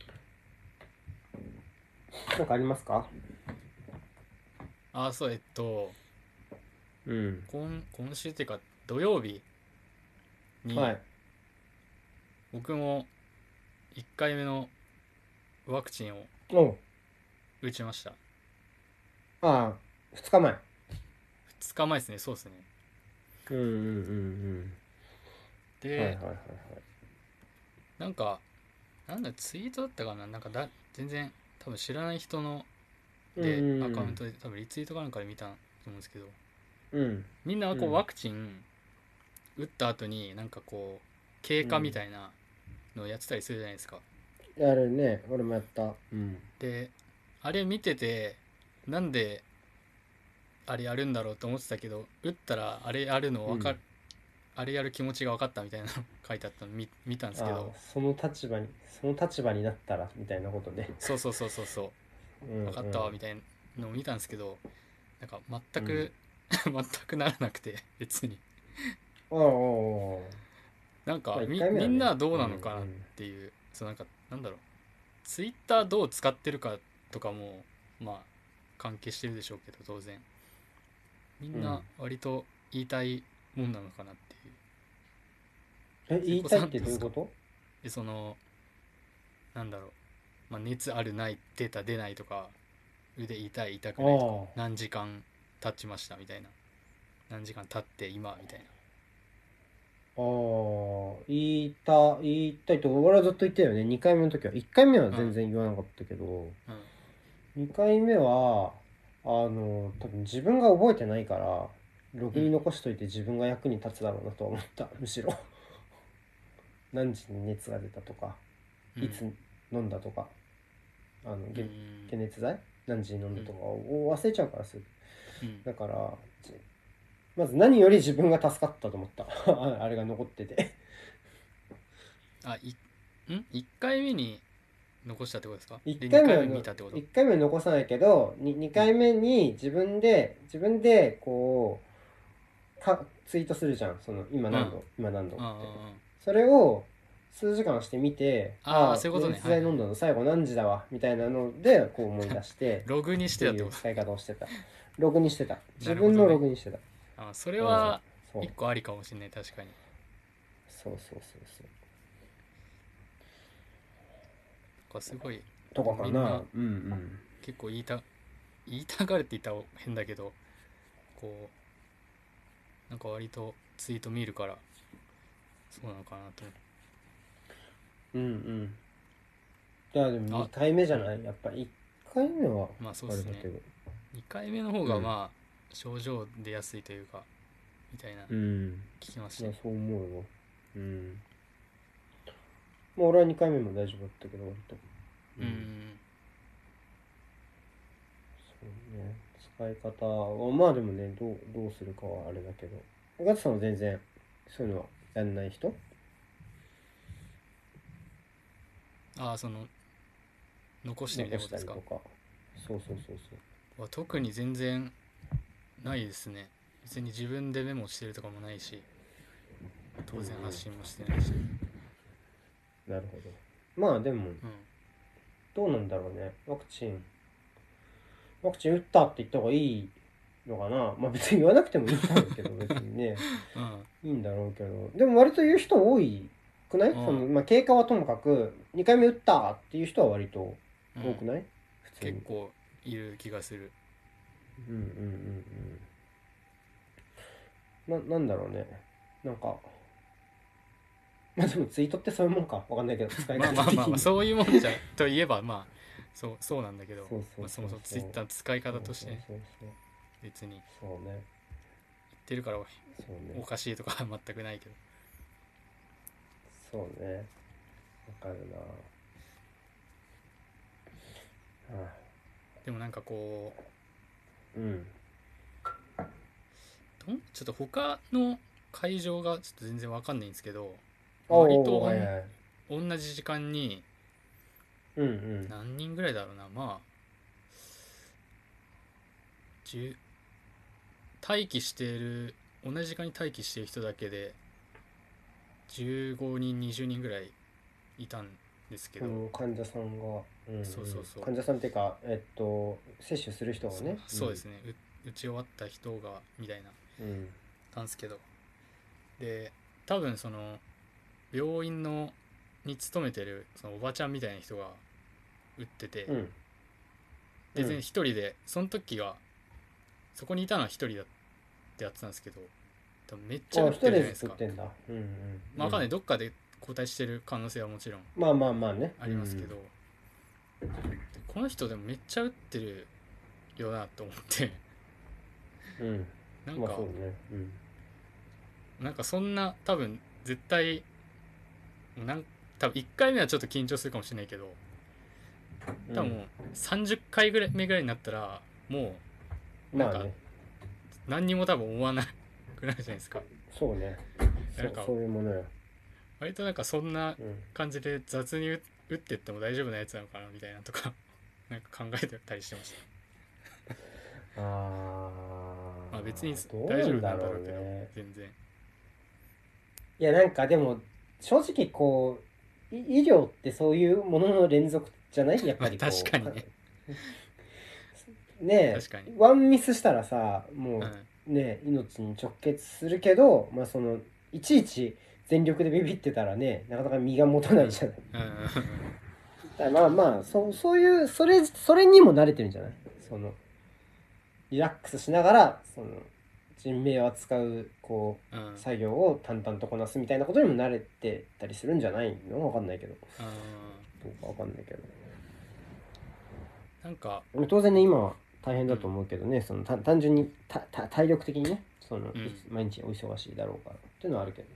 なんかありますか？ あそううん。 今週っていうか土曜日にはい。 僕も1回目のワクチンをおう。 打ちました。 ああ、二日前。 2日前ですね。そうですね。 うんうんうんうん。はいはでいはいはい。 なんかなんだツイートだったかな、なんか全然多分知らない人のうんでアうんカウントで多分リツイートかなんかで見たと思うんですけど、 うん。 みんなこううんワクチン打った後になんかこう経過みうん。 たいなのをやってたりするじゃないですか。 やるね。俺もやった。うん。 であれ見てて、なんであれやるんだろうと思ってたけど、打ったらあれやるのうん。 あれやる気持ちが分かったみたいなの書いてあったの見たんですけど、 その立場になったら、みたいなことね。 そうそうそうそうそううん分かったわみたいなのを見たんですけど、なんかうん。うん。 全く全くならなくて別に。 ああ、ああ。 なんかまあ一回目はね。 みんなはどううんうなのかなっん。 ていう、そうなんかなんだろう、ツイッターどう使ってるかとかもまあ関係してるでしょうけど、当然みんなうん。 割と言いたいもんなのかなっていう。 言瀬古いたいってさんどうですか？ どういうこと？ でなんだろう、まあ、熱あるない出た出ないとか、腕痛い痛くないとか、 ああ。 何時間経ちましたみたいな、何時間経って今みたいああ、言いたいと、俺はずっと言ったよね。2回目の時は。1回目はな。うん全然言わなかったけど、 うん 2回目は、多分自分が覚えてないから、ロうんグに残しといて自分が役に立つだろうなとは思った。むしろ。何時に熱が出たとか、いつうん飲んだとか、 うん解熱剤何時に飲んうんだとかを忘れちゃうからすぐ。 うんだから、まず何より自分が助かったと思った。あれが残ってて。 あい1回目に残したってことですか？ 1 で回目 2回目見はたってこと？ 一回目は残さないけど、2 うん回目に自分でこツイートするじゃん。 うん今何度っうんうんて。 うんそれを数時間してみて、 ああそういうこと解ね。はいはい。 熱剤飲んだの最後何時だわ、みたいなので、こう思い出してログにしっててたってこと？ いう使い方をしてた。ログにしてた。自分のロなるほどね。 グにしてた。 それうん。 はそう。 一個ありかもしれない。確かに。 そうそうそうそう。 すごいとかかな。 みんなうんうん。 結構言いたがるって言ったら変だけど、こなんか割とツイート見るからそうなのかなと思って。 うんうん。 いやでも2回目じゃない、やっぱ1回目はまあそうあですね。 れだけど、 2回目の方がまあ症状出やすいというかみたいなうん、 聞きますしね。 まあそう思うよ。うん。まあ俺は2回目も大丈夫だったけど割と。 うん。 そうね。使い方はまあでもね、どうするかはあれだけど。ガツさんは全然そういうのはやんない人？ ああ、その残してみたい残しことですか？ たりとか。そうそうそうは特に全然ないですね。別に自分でメモしてるとかもないし、 そう。 当然発信もしてないし。 なるほど。まあでもうん。 どうなんだろうね。ワクチン打ったって言った方がいいのかな。まあ別に言わなくてもいいんだろうけど、別にね。 うん。 いいんだろうけど。でも割と言う人多いくない？ うん。 まあ経過はともかく、2回目打ったっていう人は割とうん。 多くない？普通に。 結構いる気がする。 うんうんうんうん。なんだろうね。なんか、まあでもツイートってそういうもんか。わかんないけど、使いまあまあまあまあ、 方的に。 そういうもんじゃといえばまあそうなんだけど、 そうそまあ、そうそうそう。 もそもツイッターの使いそう方としてね、 そうそう別に言っそう。そうね。 てるからそうね。 おかしいとかは全くないけど。 そうね。わかるな。ああ、 でもなんかこうん。 ちょっと他の会場がちょっと全然わかんないんですけど、割とおお、はいはい。 同じ時間にうんうん。 何人ぐらいだろうな、まあ10待機している、同じ時間に待機している人だけで15人20人ぐらいいたんですけど。 その患者さんが、うんうん。 そうそうそう。 患者さんっていうか、接種する人がね。うん。 そうですね、打ち終わった人がみたいなうん。 たんですけど、で多分その病院のに勤めてるそのおばちゃんみたいな人が打ってて、 うん。うで全然ん。 一人で、その時がそこにいたのは一人だってやってたんですけど、多分めっちゃああ、 打って一人でずっるじゃないですか。 と打ってんだ。うんうん。 まあわかんない、 うん。 どっかで交代してる可能性はもちろんまあまあまあね。 あうん。 りますけど、この人でもめっちゃ打ってるよなと思ってうん。 なんかまあそうね。うん。 そんな多分絶対多分1回目はちょっと緊張するかもしれないけど、 うん。 多分もう30回ぐらい目ぐらいになったらもうなんかまあね。 何にも多分思わなくなるじゃないですか。 そうね。 なんかそういうものよ。 割とそんなうん。 感じで雑に打ってっても大丈夫なやつなのかなみたいなとかなんか考えてたりしてました。 あまあ別にー、どう大丈夫なんだなんだろろうけど、 うね。 全然。 いやなんかでも、正直こう、医療ってそういうものの連続じゃない？やっまあぱりこう、 確かにね。 ね確かに。 え、ワンミスしたらさ、もうん。 うね、命に直結するけど、まあその、いちいち全力でビビってたらね、なかなか身が持たうん。 ないじゃない。 うん。 だからまあまあ、そういう、それにも慣れてるんじゃない？その、リラックスしながら、その、人命を扱う、こう、 うん。 作業を淡々とこなすみたいなことにも慣れてたりするんじゃないの？わかんないけど。 うん。 どうかわかんないけど。 なんか、 当然ね、今は大変だとうん。 思うけどね、その単純に体力的にね、その、 うん。 毎日お忙しいだろうからっていうのはあるけど。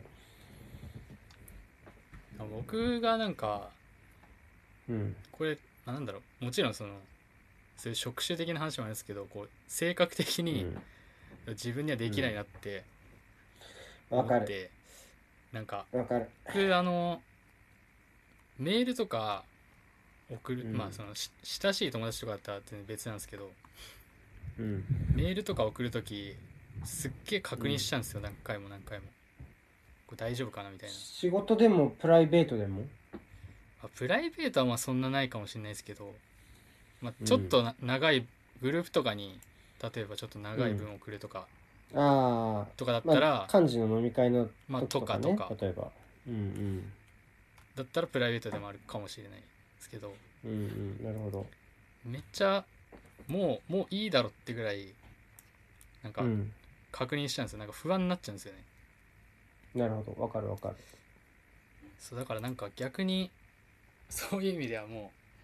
僕がうん。 これ、なんだろう、もちろんそういう職種的な話もあるんですけど、こう性格的にうん。 自分にはできないうん。 なってわかる。 思って、なんかわかる。 僕メールとか送る、まあうん。 親しい友達とかだったら全然別なんですけど、 うん。 メールとか送るときすっげえ確認うん。 しちゃうんですよ、何回も何回も。これ大丈夫かなみたいな。 仕事でもプライベートでも？ プライベートはまあそんなないかもしれないですけど、まあ、 うん。 ちょっと長いグループとかに、例えばちょっとうん。 長い文を送るとかああ、 だっまあ、 たら、 幹事の飲み会のまあと時とかね、 かとか例えば。うんだったらプライベートでもあるかもしれないですけど、 うん。うんうん。なるほど。 めっちゃもういいだろってぐらいなんかうん。 確認しちゃうんですよ。不安になっちゃうんですよね。 なるほど。わかるわかる。 そうだから逆にそういう意味ではも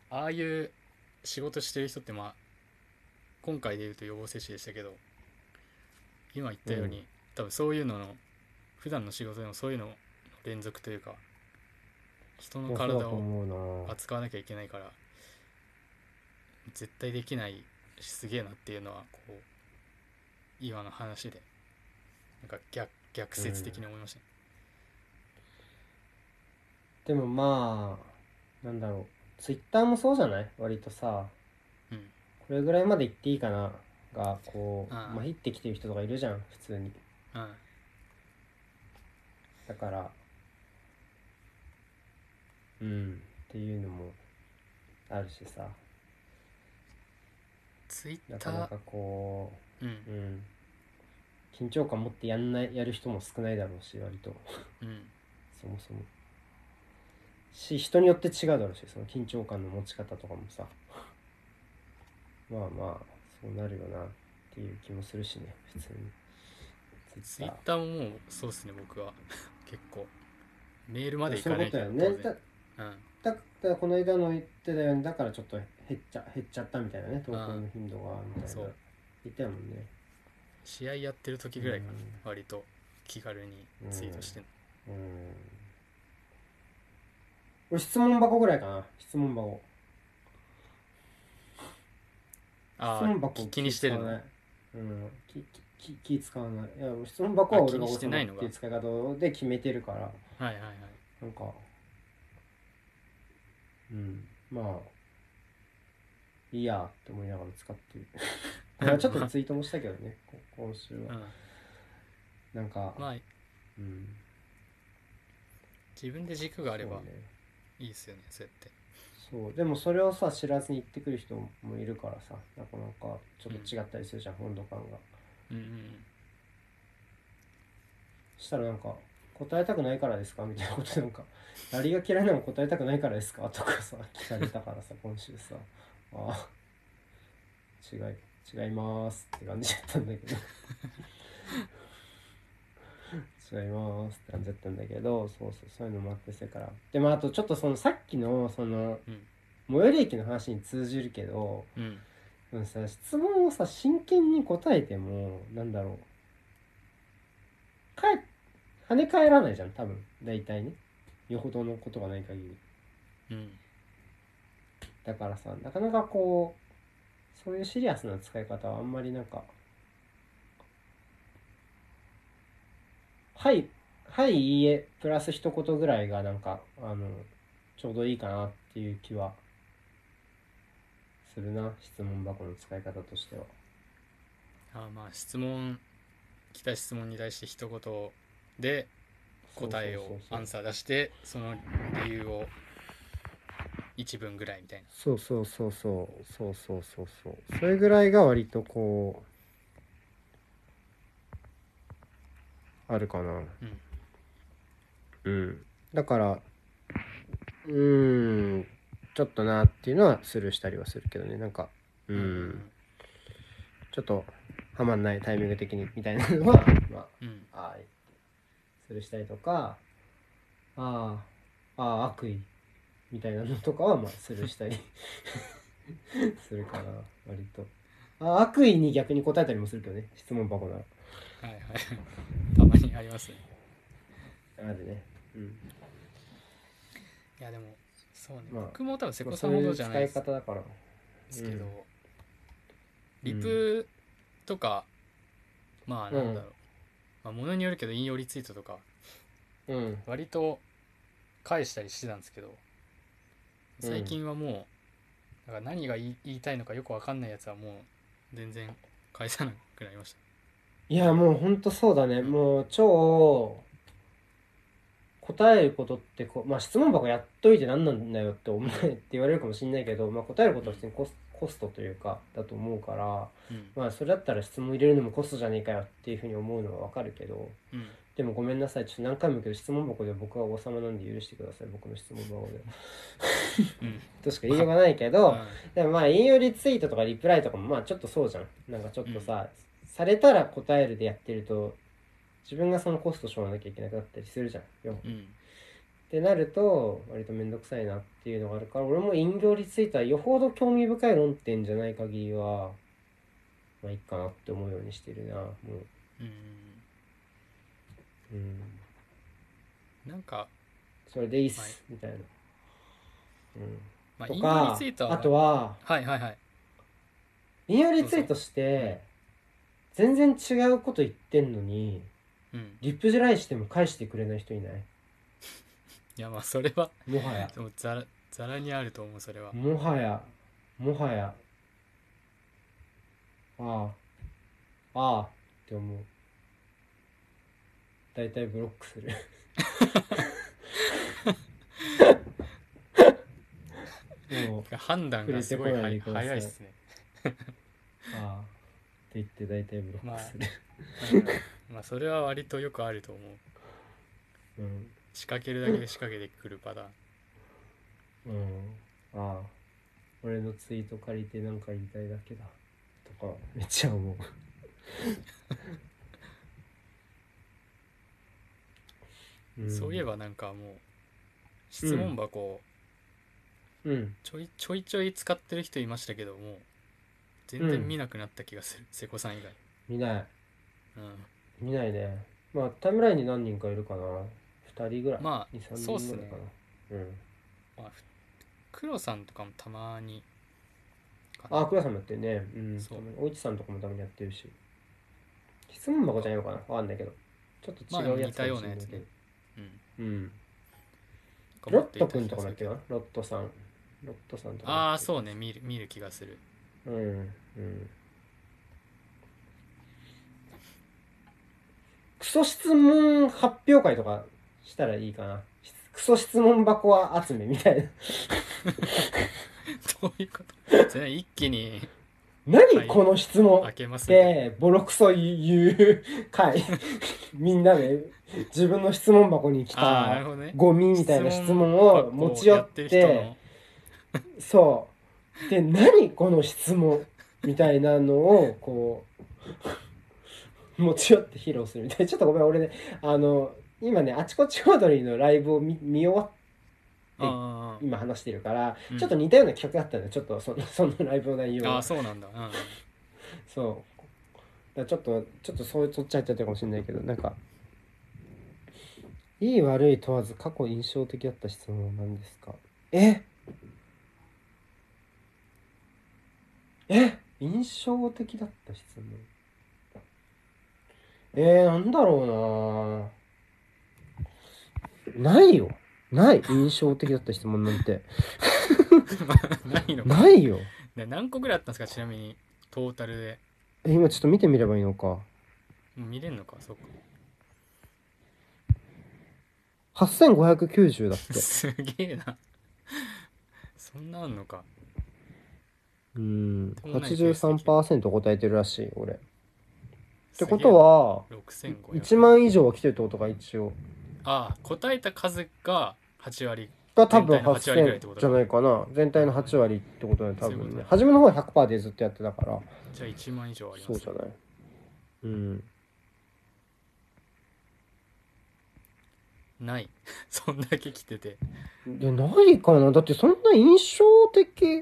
ああいう仕事してる人ってまあ今回で言うと予防接種でしたけど、今言ったように、多分そういうのの普段の仕事でもそういうのの連続というか、人のいやそうだと体を思うな。 扱わなきゃいけないから絶対できないし、すげえなっていうのはこう今の話でなんか逆説的に思いましたね。 でもまあなんだろう、ツイッターもそうじゃない？割とさ、 うんこれぐらいまで言っていいかながこうあまひってきてる人とかいるじゃん普通に。 あだからっていうのもあるしさ、 ツイッターなかなかこうんう緊張感持ってやる人も少ないだろうし、割とうんそもそも人によって違うだろうし、その緊張感の持ち方とかもさ、まあまあそうなるよなっていう気もするしね、普通にツイッターももうそうっすね僕は結構メールまでいそうかないけいうことだよね。 ど当然だこの間の言ってたように、だからちょっと減っちゃったみたいなね、投稿の頻度がみたいなそう言ったもんね。 試合やってる時ぐらいかな、割と気軽にツイートしてんの。 俺質問箱ぐらいかな。質問箱ああ質問箱気にしてるの？ 気使わない。いや質問箱は俺が気にしてないのがっていう使い方で決めてるから、 はいはいはいなんかまあいいやって思いながら使ってる。これはちょっとツイートもしたけどね今週は、なんかまあ自分で軸があればいいですよね、そうやって。 そうでもそれをさ知らずに言ってくる人もいるからさ、なかなかちょっと違ったりするじゃん、温度感が。したらなんか答えたくないからですかみたいなことなんかラリが嫌いなの答えたくないからですかとかさ聞かれたからさ今週さ、ああ違いますって感じだったんだけど違いますって感じだったんだけど、そういうのもあってせから。でもあとちょっとそのさっきのその最寄り駅の話に通じるけど、さ質問をさ真剣に答えてもなんだろう、跳ね返らないじゃん多分大体ね、よほどのことがない限り。だからさ、なかなかこうそういうシリアスな使い方はあんまりなんかはいいいえプラス一言ぐらいがなんかちょうどいいかなっていう気はするな、質問箱の使い方としては。 まあ来た質問に対して一言で答えをアンサー出して、その理由を一文ぐらいみたいな。 そうそれぐらいが割とこうあるかな。だからちょっとなっていうのはスルーしたりはするけどね、なんかちょっとはまんないタイミング的にみたいなのはスルーしたりとか、悪意みたいなのとかはまあスルーしたりするかな、割と。悪意に逆に答えたりもするけどね、質問箱なら。 たまにありますね。 あるね。 いやでもそうね、僕も多分瀬古さんほほどじゃないですけど、リプとかまあなんだろう、ものによるけど引用リツイートとか割と返したりしてたんですけど、最近はもうなんか何が言いたいのかよく分かんないやつはもう全然返さなくなりました。 いやもうほんとそうだね、もう超答えることって質問箱やっといて何なんだよって思えって言われるかもしれないけど、答えることは普通にコストというかだと思うから、それだったら質問入れるのもコストじゃねえかよっていうふうに思うのはわかるけど、でもごめんなさい、ちょっと何回も言うけど質問箱で僕は王様なんで許してください、僕の質問箱でとしか言いようがないけど、でも引用リツイートとかリプライとかもちょっとそうじゃん。なんかちょっとさ、されたら答えるでやってると自分がそのコストしょわなきゃいけなくなったりするじゃんよ、 ってなると割とめんどくさいなっていうのがあるから、俺も引用リツイートはよほど興味深い論点じゃない限りはまあいいかなって思うようにしてるな。もうなんかそれでいいっまあすみたいな。 まあと引用リツかイートはあとははいはいはい引用リツイートして全然違うこと言ってんのにリップジライしても返してくれない人いない？ いやまあそれはもはやでもざらにあると思う。それはもはやああって思う。だいたいブロックするもう判断がすごい触れてこないでください早いっすねって言ってだいたいブロックする、 まあそれは割とよくあると思う。仕掛けるだけで仕掛けてくるパターン。 俺のツイート借りてなんか言いたいだけだとかめっちゃ思うそういえばなんかもう質問箱をちょいちょい使ってる人いましたけども全然見なくなった気がする、瀬古さん以外。 見ないね。まあタイムラインに何人かいるかな。2人ぐらい、 まあ 2、3 そうっすね。 人ぐらいかな。 まあ黒さんとかもたまに黒さんもやってるね。そう大市さんとかもたまにやってるし、質問箱じゃないのかな、わかんないけどちょっと違うやつかもしれないけど、ロットくんとかもやってるかな。ロットさんとかそうね、見る気がする。 クソ質問発表会とかしたらいいかな。クソ質問箱は集めみたいなどういうことそれ一気に何この質問ってボロクソ言う回みんなで自分の質問箱に来たゴミみたいな質問を持ち寄ってそうで何この質問みたいなのをこう持ち寄って披露するみたいな。ちょっとごめん俺ね今ねあちこちオードリーのライブを見終わって今話してるから、ちょっと似たような企画だったんだ。ちょっとそのライブの内容はそうなんだ。 そうだちょっとそっち入っちゃったかもしれないけど、なんかいい悪い問わず過去印象的だった質問は何ですか？印象的だった質問なんだろうな。ないよ。ない印象的だった質問なんてないのか。 ないよ。 何個ぐらいあったんですか、ちなみにトータルで。 今ちょっと見てみればいいのか。 見れんのか。そうか、 8590だってすげえなそんなあんのか。 83% 答えてるらしい俺。ってことは1万以上は来てるってことか一応。 答えた数が8割が多分8000じゃないかな。全体の8割ってことだよ多分ね。初めの方は 100% でずっとやってたから。 じゃあ1万以上あります、ね、 そうじゃないないそんだけ来てて。 いやないかな。だってそんな印象的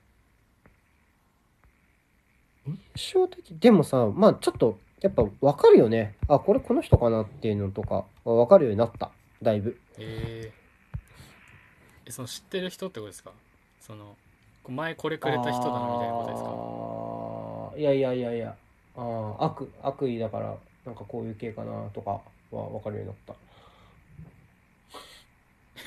でもさ、まあちょっとやっぱ分かるよね。これこの人かなっていうのとか分かるようになっただいぶ。 その知ってる人ってことですか？その前これくれた人だなみたいなことですか？ いや悪意だからなんかこういう系かなとかは分かるようになった。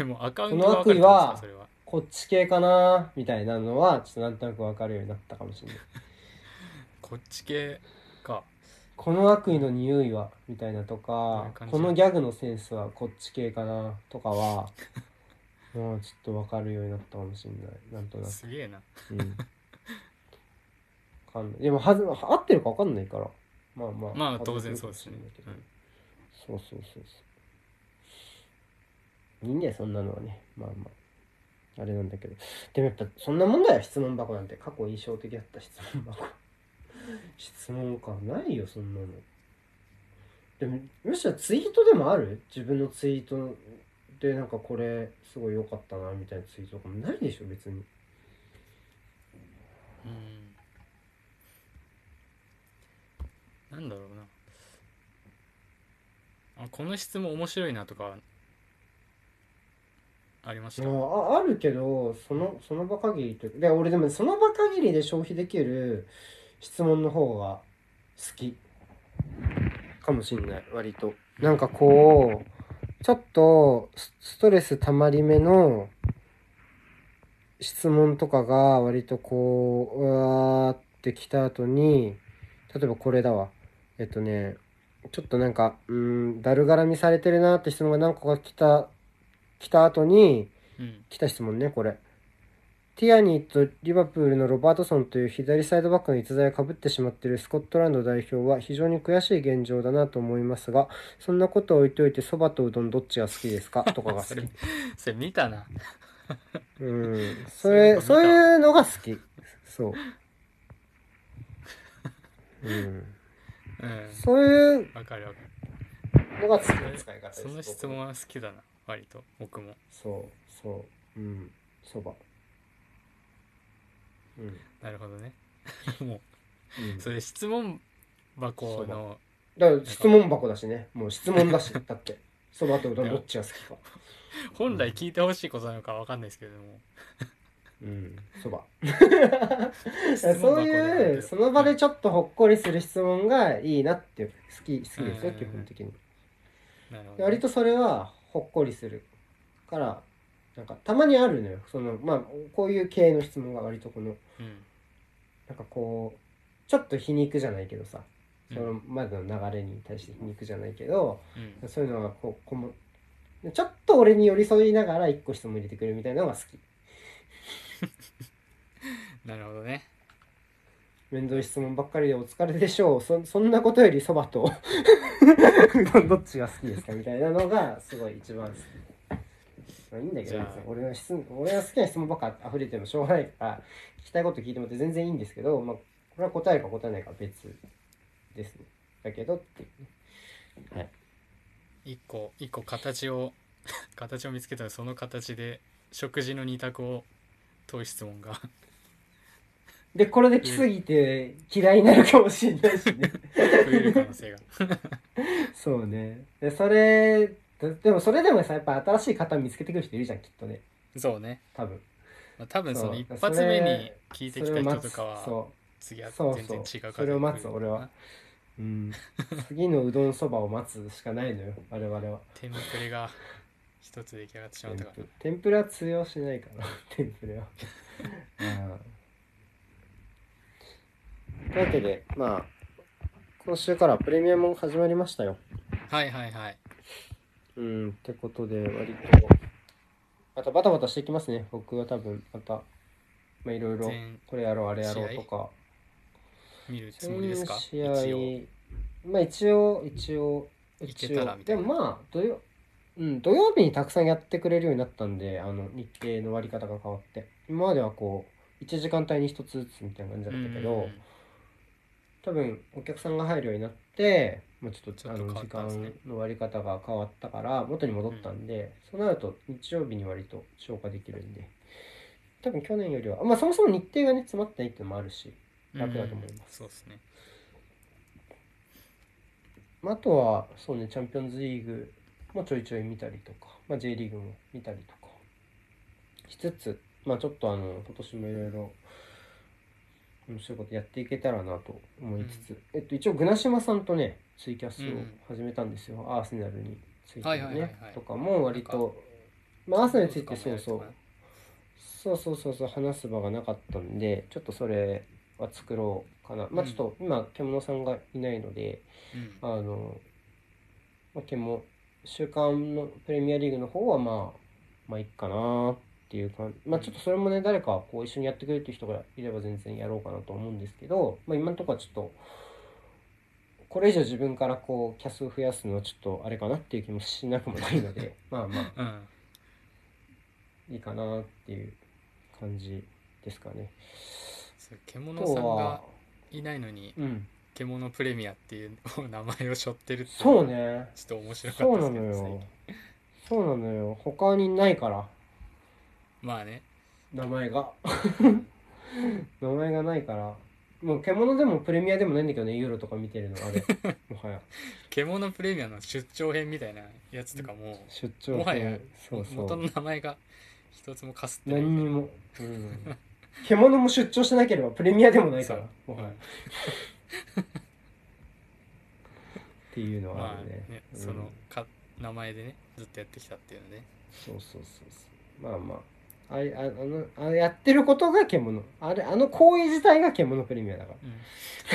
もうアカウントが分かるんですか？それはこっち系かなみたいなのはちょっとなんとなく分かるようになったかもしれないこっち系か。 この悪意の匂いはみたいなとか、このギャグのセンスはこっち系かなとかはもうちょっと分かるようになったかもしれない。なんとなくすげえな。 分かんない。でも合ってるか分かんないからまあ当然そうですね。 そういいんだよそんなのはね。あれなんだけど、でもやっぱそんなもんだよ質問箱なんて。過去印象的だった質問箱質問かないよそんなの。でもむしろツイートでもある？自分のツイートでなんかこれすごい良かったなみたいなツイートとかもないでしょ別に。 なんだろうな、この質問面白いなとかありました？ あるけどその場限りとで俺でもその場限りで消費できる質問の方が好きかもしんない割と。なんかこうちょっとストレス溜まり目の質問とかが割とこうわーってきた後に、例えばこれだわ。ちょっとなんかだるがらみされてるなって質問が何個か来た後に来た質問ねこれ。ティアニーとリバプールのロバートソンという左サイドバックの逸材をかぶってしまっているスコットランド代表は非常に悔しい現状だなと思いますが、そんなことを置いておいてそばとうどんどっちが好きですかとかが好き。 それ見たな。 そういうのが好き。そう。そういうわかるわかのが好きなる。 使い方です。 その質問は好きだな割と僕も。 そば。 なるほどね。もう、それ質問箱のだから質問箱だしね。もう質問だしだってそばとうどんどっちが好きか。 本来聞いてほしいことなのかわかんないですけれども、 そば質問そう箱であるけどいうその場でちょっとほっこりする質問がいいなって好きですよ基本的に。 なるほどね。 割とそれはほっこりするからなんかたまにあるのよ。こういう系の質問が割とこのなんかこうちょっと皮肉じゃないけどさ、そのまでの流れに対して皮肉じゃないけど、そういうのがちょっと俺に寄り添いながら一個質問入れてくるみたいなのが好き。 なるほどね。 面倒い質問ばっかりでお疲れでしょう。そんなことよりそばとうどんどっちが好きですかみたいなのがすごい一番好き。いいんだけど別に俺が好きな質問ばっか溢れてもしょうがないから聞きたいこと聞いてもらって全然いいんですけど、これは答えるか答えないかは別ですね。だけどっていうね。はい。 一個形を見つけたらその形で食事の二択を問う質問がでこれで来すぎて嫌いになるかもしれないしね増える可能性がそうね。でもそれでもさやっぱ新しい方見つけてくる人いるじゃんきっとね。 そうね。 多分多分その一発目に聞いてきた人とかは次は全然違う方それを待つ俺は。次のうどんそばを待つしかないのよ我々は。 テンプレが一つ出来上がってしまったから。 テンプレは通用しないからテンプレはというわけで今週からプレミアムも始まりましたよ。 はいはいはい。 ってことで割とまたバタバタしていきますね。僕は多分またいろいろこれやろうあれやろうとか見るつもりですか？ 試合一応いけたらみたいな。 でも土曜日にたくさんやってくれるようになったんで日程の割り方が変わって今まではこう1時間帯に1つずつみたいな感じだったけど、多分お客さんが入るようになってちょっと時間の割り方が変わったから元に戻ったんで、そうなると日曜日に割と消化できるんで多分去年よりはそもそも日程がね詰まってないっていうのもあるし楽だと思います。 そうですね。 あとはそうねチャンピオンズリーグもちょいちょい見たりとか、J リーグも見たりとかしつつちょっと今年もいろいろ面白いことやっていけたらなと思いつつ、一応グナシマさんとねツイキャスを始めたんですよ、アーセナルについてね、とかも割とアーセナルについてそう話す場がなかったんでちょっとそれは作ろうかな。ちょっと今獣さんがいないので、週間のプレミアリーグの方はいいかなっていう感じ。ちょっとそれもね誰かこう一緒にやってくれるっていう人がいれば全然やろうかなと思うんですけど、今のところはちょっとこれ以上自分からこうキャスを増やすのはちょっとあれかなっていう気もしなくもないのでいいかなっていう感じですかね。 獣さんがいないのに、獣プレミアっていう名前を背負ってるっていうそうねちょっと面白かったですけどそうなのよ、他にないからまあね。 名前が名前がないから、もう獣でもプレミアでもないんだけどね、ユーロとか見てるのあれもはや獣プレミアの出張編みたいなやつとかも出張もはや編、そうそう元の名前が一つもかすってないみたいな。 何にも、うん、獣も出張しなければプレミアでもないからそう、 もはや、 うんっていうのはあまあるね、 ね、 うん、 その名前でねずっとやってきたっていうので、 そうそうそうそう、まあまあやってることが獣、あれ行為自体が獣プレミアだから、 うん、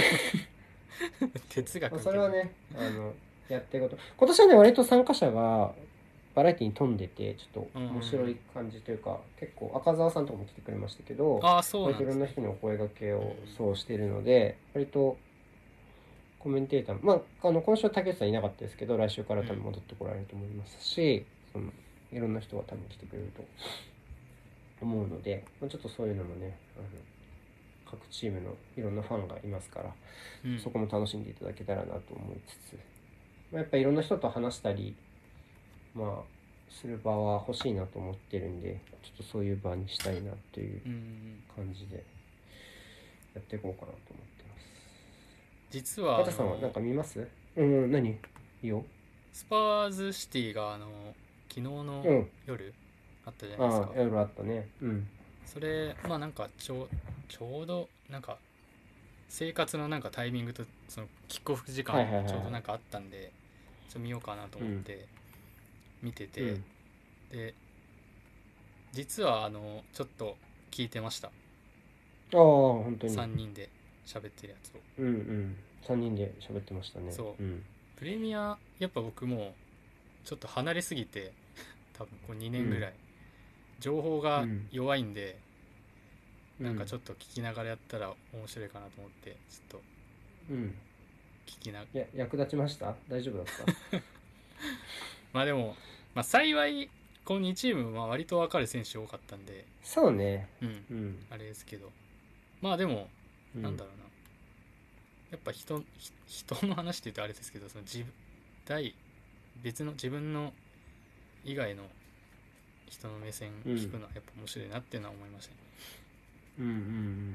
哲まあ、 学みたいな。 それはねやってること、今年はね割と参加者がバラエティに富んでて、ちょっと面白い感じというか、結構赤澤さんとかも来てくれましたけど、 ああそう割といろんななんですね。 人にお声掛けをうんそうしているので、割とコメンテーターも、まあ、今週は竹内さんいなかったですけど、来週から多分戻ってこられると思いますし、いろんな人が多分来てくれると思うので、まあ、ちょっとそういうのもね、各チームのいろんなファンがいますから、 うん、 そこも楽しんでいただけたらなと思いつつ、まあ、やっぱいろんな人と話したり、まあ、する場は欲しいなと思ってるんで、ちょっとそういう場にしたいなという感じでやっていこうかなと思ってます。 実はガタさんはなんか見ます？うん、何？いいよ。 スパーズシティが昨日のうん。 夜あったじゃないですか。 ああ、いろいろあったね。うん。 それまあなんかちょうどなんか生活のなんかタイミングとそのキックオフ時間はいはいはいはい。 ちょうどなんかあったんで、ちょっと見ようかなとうん。 思って見てて、 うん。 で実はちょっと聞いてました。 ああ、本当に。 3人で喋ってるやつを。 うんうん。3人で喋ってましたね。 そううん。 プレミアやっぱ僕もちょっと離れすぎて多分こう2 うん。 年ぐらい情報がうん。 弱いんで、なんかうん。 ちょっと聞きながらやったら面白いかなと思ってちょっとうん。 聞きな。 役立ちました？大丈夫だった？ まあでも、まあ、幸いこの2チームは割と分かる選手多かったんで、 そうね。 うん、 うん。 あれですけど、まあでもうん。 なんだろうな、やっぱ人の話って言うとあれですけど、その対別の自分の以外の人の目線うん。 聞くのはやっぱ面白いなっていうのは思いましたね。 うんうんうん。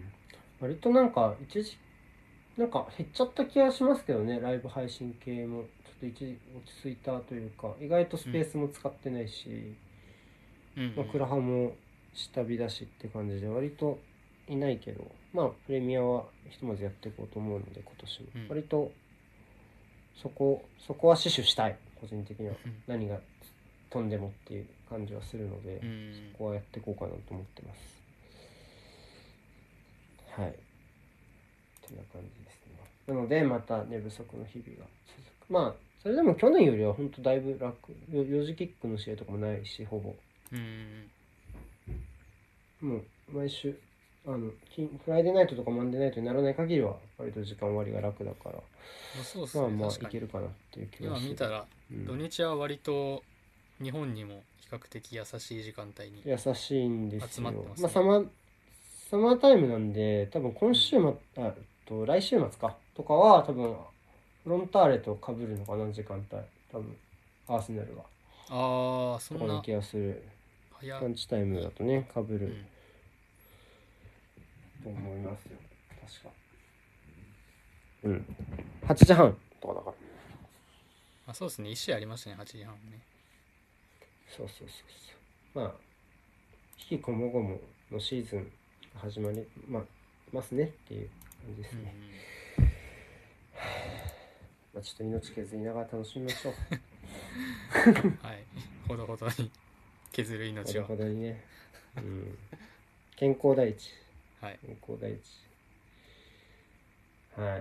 割となんかなんか減っちゃった気がしますけどね、ライブ配信系も。ちょっと一時落ち着いたというか、意外とスうんペースも使ってないし、 うんうんまあ、クラハも下火だしって感じで、割といないけど、まあ、プレミアはひとまずやっていこうと思うので、今年も。 うん。 割と、そこは死守したい、個人的には。何が飛んでもっていう感じはするので、 うん。 そこはやっていこうかなと思ってます。はい。てな感じですね。なので、また寝不足の日々が続く。まあ、それでも去年よりは本当だいぶ楽。4時キックの試合とかもないし、ほぼ。 うん。 もう、毎週、フライデーナイトとかマンデーナイトにならない限りは、割と時間割が楽だから、 そうっすまあまあ、 ね、確かに。 いけるかなっていう気はする。 今見たらうん。 土日は割と日本にも比較的優しい時間帯に優しいんです集まってよ。まあ、 ますね。 サマータイムなんで、多分今うん。 週末、来週末か、とかは、多分、フロンターレと被るのかな、時間帯。多分、アーセナルが。 ああ、そんなとかの気がする。 早ランチタイムい。 だとね、被るうん。 と思いますよ。確か。うん。8時半とかだから。 あ、そうですね。1試合ありましたね、8時半ね。 そうそうそうそう。まあ、引きこもごものシーズン始まり、ますねっていう感じですうんうん。 ね。まあ、ちょっと命削りながら楽しみましょう。 はい。ほどほどに削るほど命は。 ほどにね。うん。健康第一。 はい。 健康第一。はい。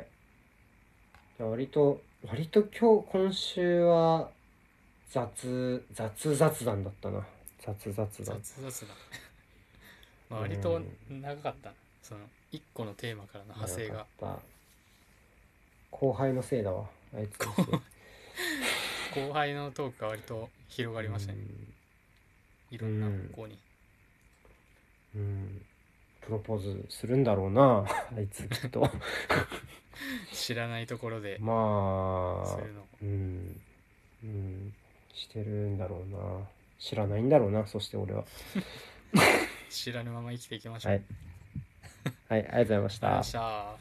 割と今週は雑談だったな。雑談。 雑だ。まあう割とん。 長かったな。その1個のテーマからの派長かっ生が。 た。後輩のせいだわ。あいつのせい。 後輩のトークが割と広がりましたね。いうろんなん。 方向に。 うん。プロポーズするんだろうな。あいつきっと。 知らないところでまあ、 するの。 うん。うん。 してるんだろうな。知らないんだろうな、そして俺は。 知らぬまま生きていきましょう。 はい。はい、ありがとうございましありがとうございまた。 した。